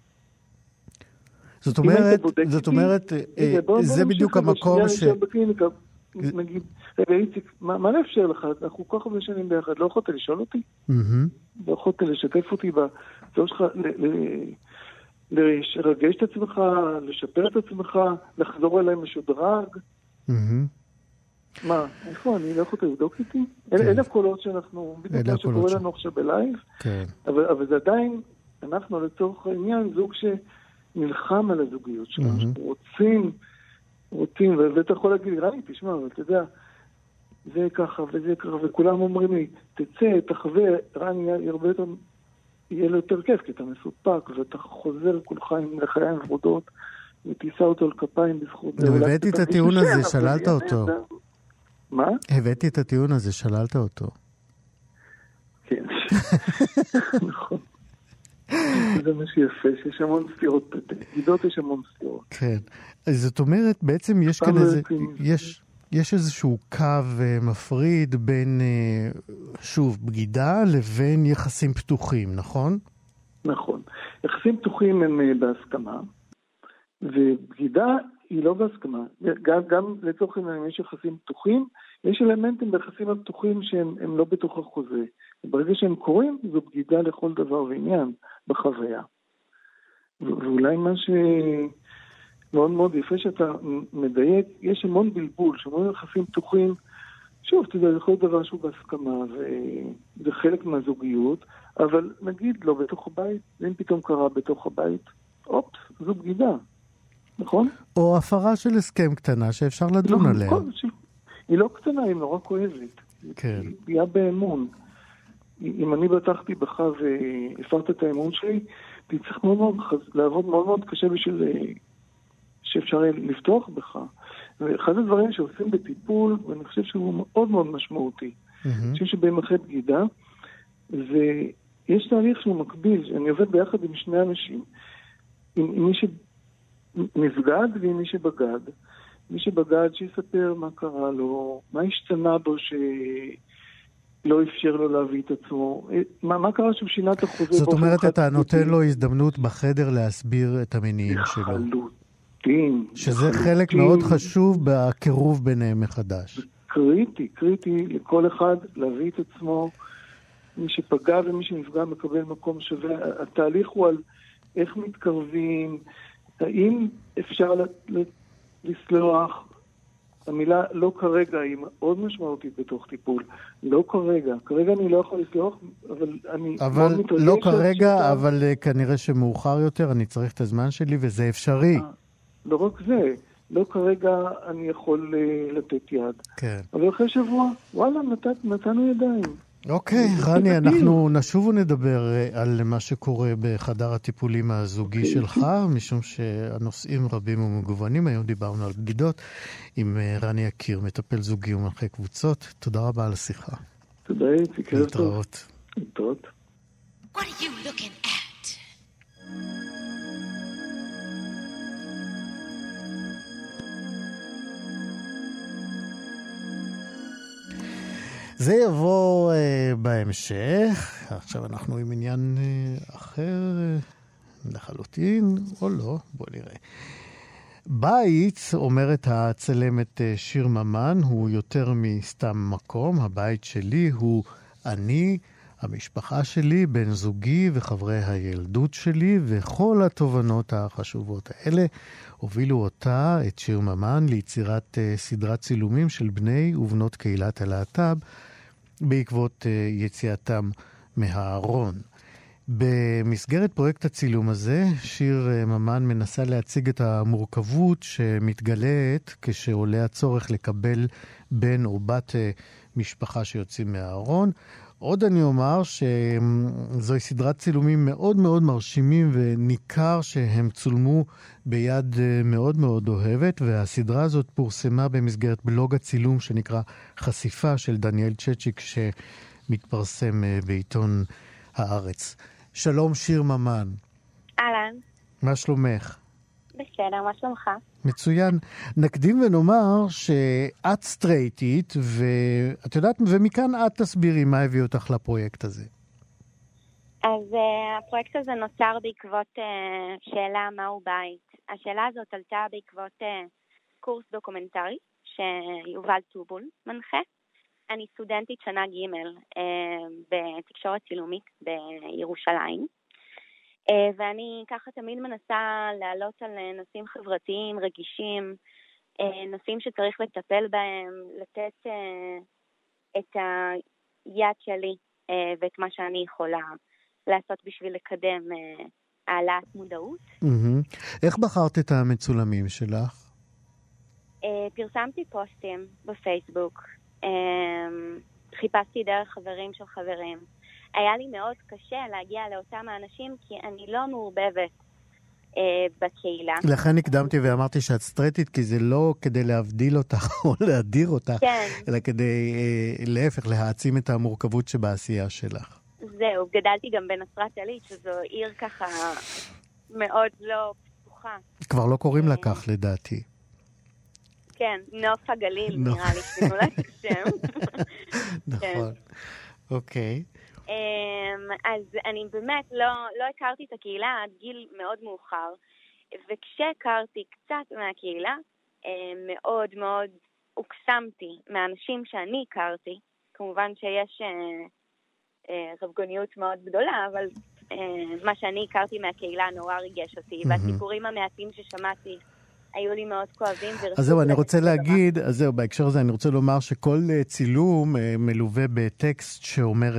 זאת אומרת, זה בדיוק המקום ש... נגיד, רגע, איציק, מה לאפשר לך? אנחנו כל כך הרבה שנים ביחד, לא יכולת לשאול אותי? לא יכולת לשתף אותי בצור שלך, לרגש את עצמך, לשפר את עצמך, לחזור אליי משודרג? מה, איפה אני? לא יכולת לבדוק איתי? אלה הקולות שאנחנו, בדיוק מה שקורה לנו עכשיו בלייב, אבל זה עדיין, אנחנו לצורך העניין, זוג שנלחם על הזוגיות שלנו, רוצים, ואתה יכול להגיד, ראי, תשמע, אבל אתה יודע, זה ככה וזה ככה, וכולם אומרים לי, תצא, תחווה, רני, יהיה לו יותר כיף, כי אתה מסופק, ואתה חוזר כולך עם לחיים ורודות, ותיסע אותו על כפיים בזכות... הבאתי את הטיעון הזה, שללת אותו. מה? הבאתי את הטיעון הזה, שללת אותו. כן, נכון. זה מה שיפה, שיש המון סתירות, בגידות יש המון סתירות. כן, אז זאת אומרת, בעצם יש כאן איזה, יש איזשהו קו מפריד בין, שוב, בגידה לבין יחסים פתוחים, נכון? נכון. יחסים פתוחים הם בהסכמה, ובגידה היא לא בהסכמה. גם לצורך העניין יש יחסים פתוחים, יש אלמנטים ביחסים הפתוחים שהם לא בתוך החוזה. ברגע שהם קורים, זו בגידה לכל דבר ועניין בחוויה. ואולי מה שמאוד מאוד יפה שאתה מדייק, יש המון בלבול, שמון יחסים פתוחים, שוב, אתה יודע, זה יכול דבר שהוא בהסכמה, וזה חלק מהזוגיות, אבל נגיד לא בתוך הבית, ואם פתאום קרה בתוך הבית, אופס, זו בגידה, נכון? או הפרה של הסכם קטנה שאפשר לדון עליה. היא לא קטנה, היא נורא כואבת. כן. היא פגיעה באמון. אם אני בטחתי בך והפרת את האמון שלי, תצטרך לעבוד מאוד מאוד קשה בשביל שאפשר לפתוח בך. ואחד הדברים שעושים בטיפול, ואני חושב שהוא מאוד מאוד משמעותי, אני חושב שבמחד בגידה, ויש תהליך שהוא מקביל, אני עובד ביחד עם שני אנשים, עם מי שנפגד ועם מי שבגד. מי שבגד שיספר מה קרה לו, מה השתנה בו שלא אפשר לו להביא את עצמו, מה קרה שהוא שינה את החוזה. זאת אומרת, אתה נותן לו הזדמנות בחדר להסביר את המניעים שלו. לחלוטין. שזה חלק מאוד חשוב בקירוב ביניהם מחדש. קריטי לכל אחד להביא את עצמו, מי שפגע ומי שנפגע מקבל מקום שווה. התהליך הוא על איך מתקרבים, האם אפשר לסלוח. המילה לא כרגע היא מאוד משמעותית בתוך טיפול. לא כרגע. כרגע אני לא יכול לסלוח, אבל אני... אבל לא כרגע, אבל כנראה שמאוחר יותר, אני צריך את הזמן שלי וזה אפשרי. לא רק זה. לא כרגע אני יכול לתת יד. כן. אבל אחרי שבוע, וואלה, נתנו ידיים. אוקיי, רני, אנחנו נשוב ונדבר על מה שקורה בחדר הטיפולים הזוגי שלך, משום שהנושאים רבים ומגוונים. היום דיברנו על בגידות עם רני יקיר, מטפל זוגי ומנחה קבוצות. תודה רבה על השיחה. תודה, איציק. להתראות. להתראות. What are you looking at? זה יבוא בהמשך. עכשיו אנחנו עם עניין אחר לחלוטין, או לא, בוא נראה. בית, אומרת הצלמת שיר ממן, הוא יותר מסתם מקום. הבית שלי הוא אני, המשפחה שלי, בן זוגי וחברי הילדות שלי, וכל התובנות החשובות האלה הובילו אותה, את שיר ממן, ליצירת סדרת צילומים של בני ובנות קהילת הלהט"ב, בעקבות יציאתם מהארון. במסגרת פרויקט הצילום הזה, שיר ממן מנסה להציג את המורכבות שמתגלית כשעולה הצורך לקבל בן או בת משפחה שיוצאים מהארון. עוד אני אומר שזוהי סדרת צילומים מאוד מאוד מרשימים, וניכר שהם צולמו ביד מאוד מאוד אוהבת, והסדרה הזאת פורסמה במסגרת בלוג הצילום שנקרא חשיפה של דניאל צ'צ'יק, שמתפרסם בעיתון הארץ. שלום שיר ממן. אהלן. מה שלומך? בסדר, מה שלומך? מצוין. נקדים ונאמר שאת סטרייטית, ואת יודעת, ומכאן את תסבירי מה הביא אותך לפרויקט הזה. אז הפרויקט הזה נוצר בעקבות שאלה מהו בית. השאלה הזאת עלתה בעקבות קורס דוקומנטרי שיובל טובול מנחה. אני סטודנטית שנה ג' בתקשורת צילומית בירושלים. ואני ככה תמיד מנסה לעלות על נושאים חברתיים, רגישים, נושאים שצריך לטפל בהם, לתת את היד שלי ואת מה שאני יכולה לעשות בשביל לקדם העלאת מודעות. איך בחרת את המצולמים שלך? פרסמתי פוסטים בפייסבוק, חיפשתי דרך חברים של חברים. היה לי מאוד קשה להגיע לאותם האנשים, כי אני לא מעורבבת בקהילה. לכן הקדמתי ואמרתי שאת סטרייטית, כי זה לא כדי להבדיל אותך או להדיר אותך, כן. אלא כדי להפך, להעצים את המורכבות שבעשייה שלך. זהו, גדלתי גם בנצרת עילית, שזו עיר ככה מאוד לא פתוחה. כבר לא קוראים לה כך, לדעתי. כן, נוף הגליל, נראה לי, שימו לה את השם. נכון, אוקיי. אז אני באמת לא הכרתי את הקהילה עד גיל מאוד מאוחר, וכשהכרתי קצת מהקהילה, מאוד מאוד הוקסמתי מהאנשים שאני הכרתי. כמובן שיש רבגוניות מאוד גדולה, אבל מה שאני הכרתי מהקהילה נורא ריגש אותי, והסיפורים המעטים ששמעתי היו לי מאוד כואבים. אז זהו, אני רוצה להגיד, אז זהו, בהקשר הזה אני רוצה לומר שכל צילום מלווה בטקסט שאומר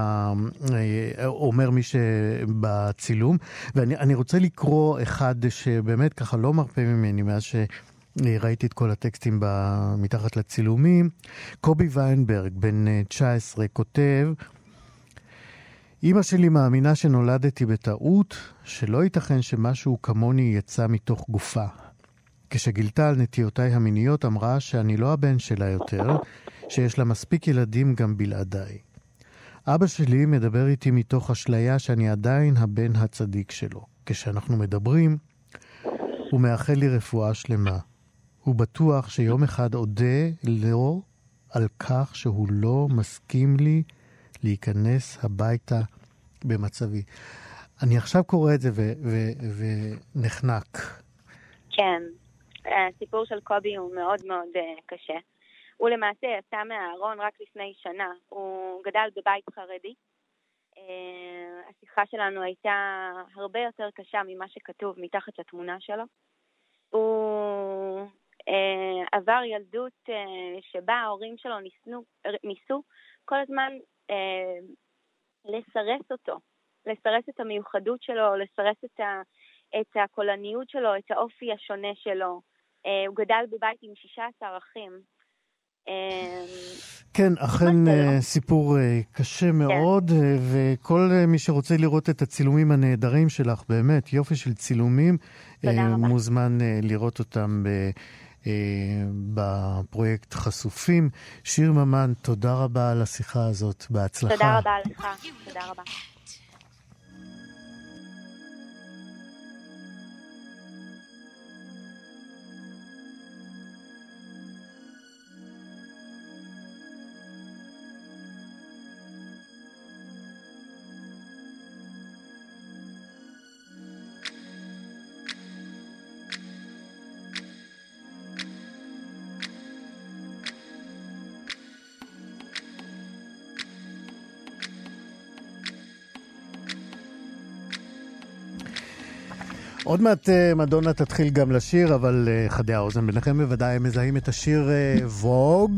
אומר מי שבצילום, ואני רוצה לקרוא אחד שבאמת ככה לא מרפה ממני מאז שראיתי את כל הטקסטים מתחת לצילומים. קובי ויינברג, בן 19, כותב, אמא שלי מאמינה שנולדתי בטעות, שלא ייתכן שמשהו כמוני יצא מתוך גופה. כשגילתה על נטיותיי המיניות אמרה שאני לא הבן שלה יותר, שיש לה מספיק ילדים גם בלעדיי. אבא שלי מדבר איתי מתוך אשליה שאני עדיין הבן הצדיק שלו. כשאנחנו מדברים, הוא מאחל לי רפואה שלמה. הוא בטוח שיום אחד אודה לו על כך שהוא לא מסכים לי להיכנס הביתה במצבי. אני עכשיו קורא את זה ונחנק. כן. הסיפור של קובי הוא מאוד מאוד קשה. הוא למעשה יצא מהארון רק לפני שנה. הוא גדל בבית חרדי. השיחה שלנו הייתה הרבה יותר קשה ממה שכתוב מתחת לתמונה שלו. הוא עבר ילדות שבה ההורים שלו ניסו כל הזמן לסרס אותו. לסרס את המיוחדות שלו, לסרס את הקולניות שלו, את האופי השונה שלו. הוא גדל בבית עם 16 אחים. כן, אכן סיפור קשה מאוד, וכל מי שרוצה לראות את הצילומים הנהדרים שלך, באמת, יופי של צילומים, מוזמן לראות אותם בפרויקט חשופים. שיר ממן, תודה רבה על השיחה הזאת, בהצלחה. תודה רבה לך, תודה רבה. עוד מעט מדונה תתחיל גם לשיר, אבל חדי האוזן ביניכם בוודאי מזהים את השיר ווג.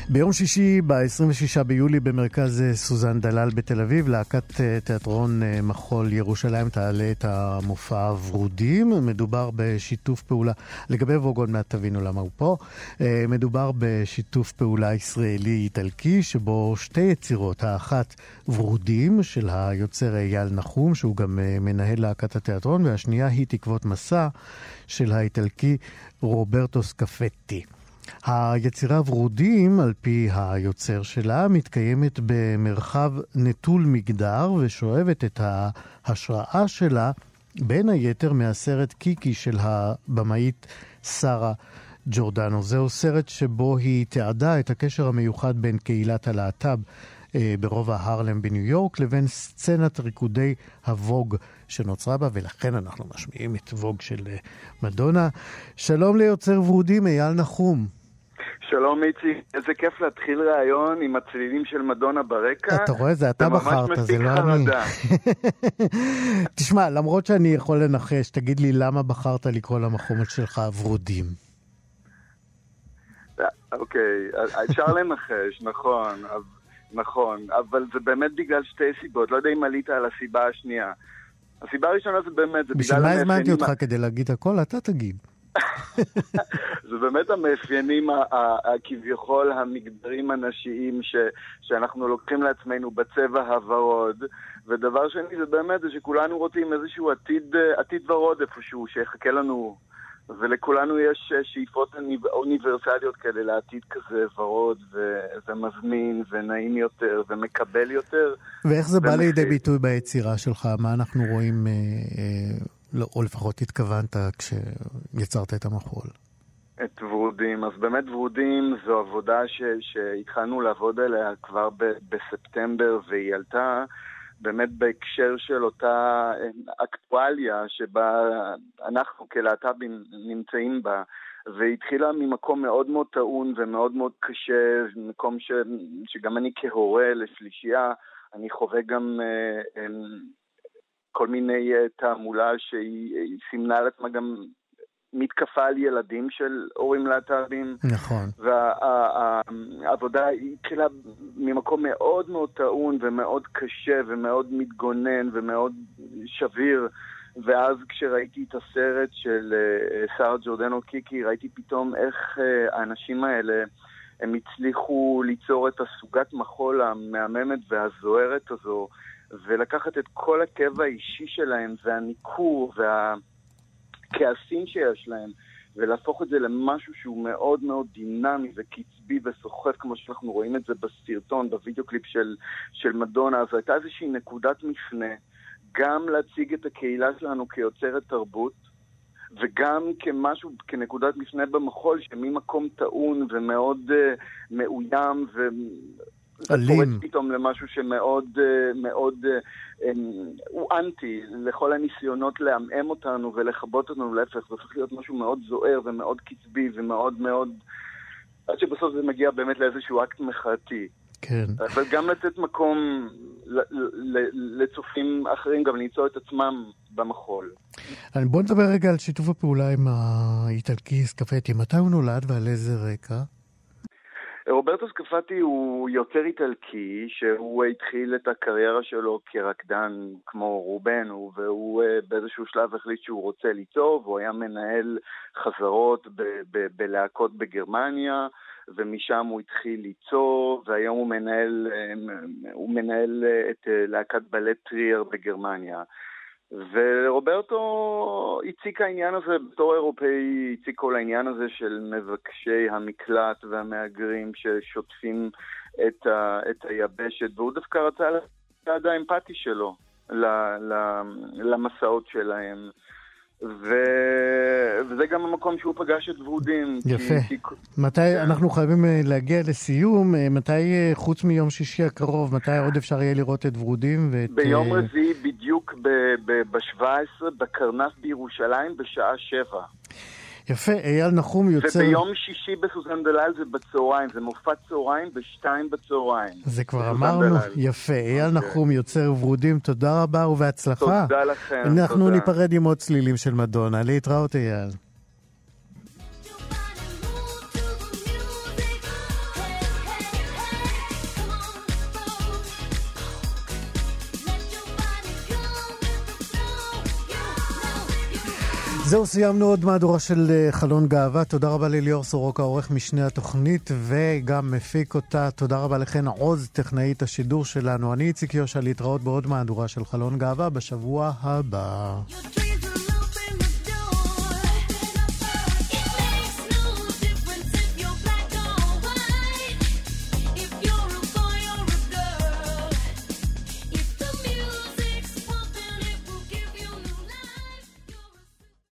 ביום שישי, ב-26 ביולי, במרכז סוזן דלל בתל אביב, להקת תיאטרון מחול ירושלים תעלה את המופע ורודים. מדובר בשיתוף פעולה, לגבי ווגון מעט תבינו למה הוא פה, מדובר בשיתוף פעולה ישראלי-איטלקי, שבו שתי יצירות, האחת ורודים של היוצר אייל נחום, שהוא גם מנהל להקת התיאטרון, והשנייה היא תקוות מסע של האיטלקי רוברטו סקפטי. היצירה ורודים, על פי היוצר שלה, מתקיימת במרחב נטול מגדר ושואבת את ההשראה שלה בין היתר מהסרט קיקי של הבמאית שרה ג'ורדנו. זהו סרט שבו היא תיעדה את הקשר המיוחד בין קהילת הלהט"ב ברובע הרלם בניו יורק לבין סצנת ריקודי הווג שנוצרה בה, ולכן אנחנו משמיעים את ווג של מדונה. שלום ליוצר ורודים אייל נחום. שלום איציק, איזה כיף להתחיל ראיון עם הצלילים של מדונה ברקע. אתה רואה, זה אתה בחרת, זה לא אני. תשמע, למרות שאני יכול לנחש, תגיד לי למה בחרת לקרוא למחומת שלך ורודים. אוקיי, אפשר לנחש, נכון, אבל זה באמת בגלל שתי סיבות, לא יודע אם עלית על הסיבה השנייה. הסיבה הראשונה זה באמת, זה בגלל בשביל מה הזמנתי אותך כדי להגיד הכל? אתה תגיד. זה באמת המאפיינים הכביכול המגדרים הנשיים שאנחנו לוקחים לעצמנו בצבע הוורוד, ודבר שני זה באמת זה שכולנו רוצים איזשהו עתיד ורוד איפשהו שיחכה לנו, ולכולנו יש שאיפות אוניברסליות כאלה לעתיד כזה ורוד ומזמין ונעים יותר ומקבל יותר. ואיך זה בא לידי ביטוי ביצירה שלך? מה אנחנו רואים, או לפחות התכוונת כשיצרת את המחול? את ורודים. אז באמת ורודים זו עבודה שהתחלנו לעבוד עליה כבר בספטמבר, והיא עלתה באמת בהקשר של אותה אקטואליה שבה אנחנו כלהט"בים נמצאים בה, והתחילה ממקום מאוד מאוד טעון ומאוד מאוד קשה, מקום שגם אני כהורה לשלישייה, אני חווה גם כל מיני תעמולה שהיא סימנה על עצמה גם מתקפה על ילדים של הורים להט"בים. נכון. והעבודה התחילה ממקום מאוד מאוד טעון ומאוד קשה ומאוד מתגונן ומאוד שביר. ואז כשראיתי את הסרט של שרה ג'ורדנו קיקי, ראיתי פתאום איך האנשים האלה, הם הצליחו ליצור את הסוגת מחול המהממת והזוהרת הזו, ולקחת את כל הכאב האישי שלהם והניכור והכעסים שיש להם, ולהפוך את זה למשהו שהוא מאוד מאוד דינמי וקצבי וסוחף, כמו שאנחנו רואים את זה בסרטון, בווידאו קליפ של מדונה. אז הייתה איזושהי נקודת מפנה, גם להציג את הקהילה שלנו כיוצרת תרבות, וגם כמשהו, כנקודת מפנה במחול, שממקום טעון ומאוד מאוים אלים. פתאום למשהו שמאוד הוא אנטי לכל הניסיונות להמאם אותנו ולחבות אותנו להפך, זה הופך להיות משהו מאוד זוהר ומאוד קצבי ומאוד מאוד, עד שבסוף זה מגיע באמת לאיזשהו אקט מחאתי. כן. אבל גם לתת מקום לצופים אחרים גם למצוא את עצמם במחול. בוא נדבר רגע על שיתוף הפעולה עם האיטלקי סקפטי. מתי הוא נולד ועל איזה רקע? רוברטו סקפטי הוא יוצר איטלקי שהוא התחיל את הקריירה שלו כרקדן כמו רובנו, והוא באיזשהו שלב החליט שהוא רוצה ליצור, והוא היה מנהל חזרות בלהקות בגרמניה, ומשם הוא התחיל ליצור, והיום הוא מנהל את להקת בלט טרייר בגרמניה. ורוברטו הציג העניין הזה, בתור אירופאי, הציג כל העניין הזה של מבקשי המקלט והמהגרים ששוטפים את היבשת, והוא דווקא רצה לצד האמפתי שלו למסעות שלהם. וזה גם המקום שהוא פגש את ורודים. יפה. מתי אנחנו חייבים להגיע לסיום? מתי, חוץ מיום שישי הקרוב, מתי עוד אפשר יהיה לראות את ורודים? ביום רביעי בדיוק ב-17 בקרנף בירושלים בשעה 7. יפה, אייל נחום יוצר... וביום שישי בסוזן דלל זה בצהריים, זה מופע צהריים ב-2 בצהריים. זה כבר אמרנו, יפה, אייל נחום יוצר ורודים, תודה רבה ובהצלחה. תודה לכם. אנחנו ניפרד עם עוד צלילים של מדונה, להתראות אייל. זהו, סיימנו עוד מהדורה של חלון גאווה. תודה רבה לליאור סורוקה, עורך משנה התוכנית וגם מפיק אותה. תודה רבה לכן עוז, טכנאית השידור שלנו. אני איציק יושע, להתראות בעוד מהדורה של חלון גאווה בשבוע הבא.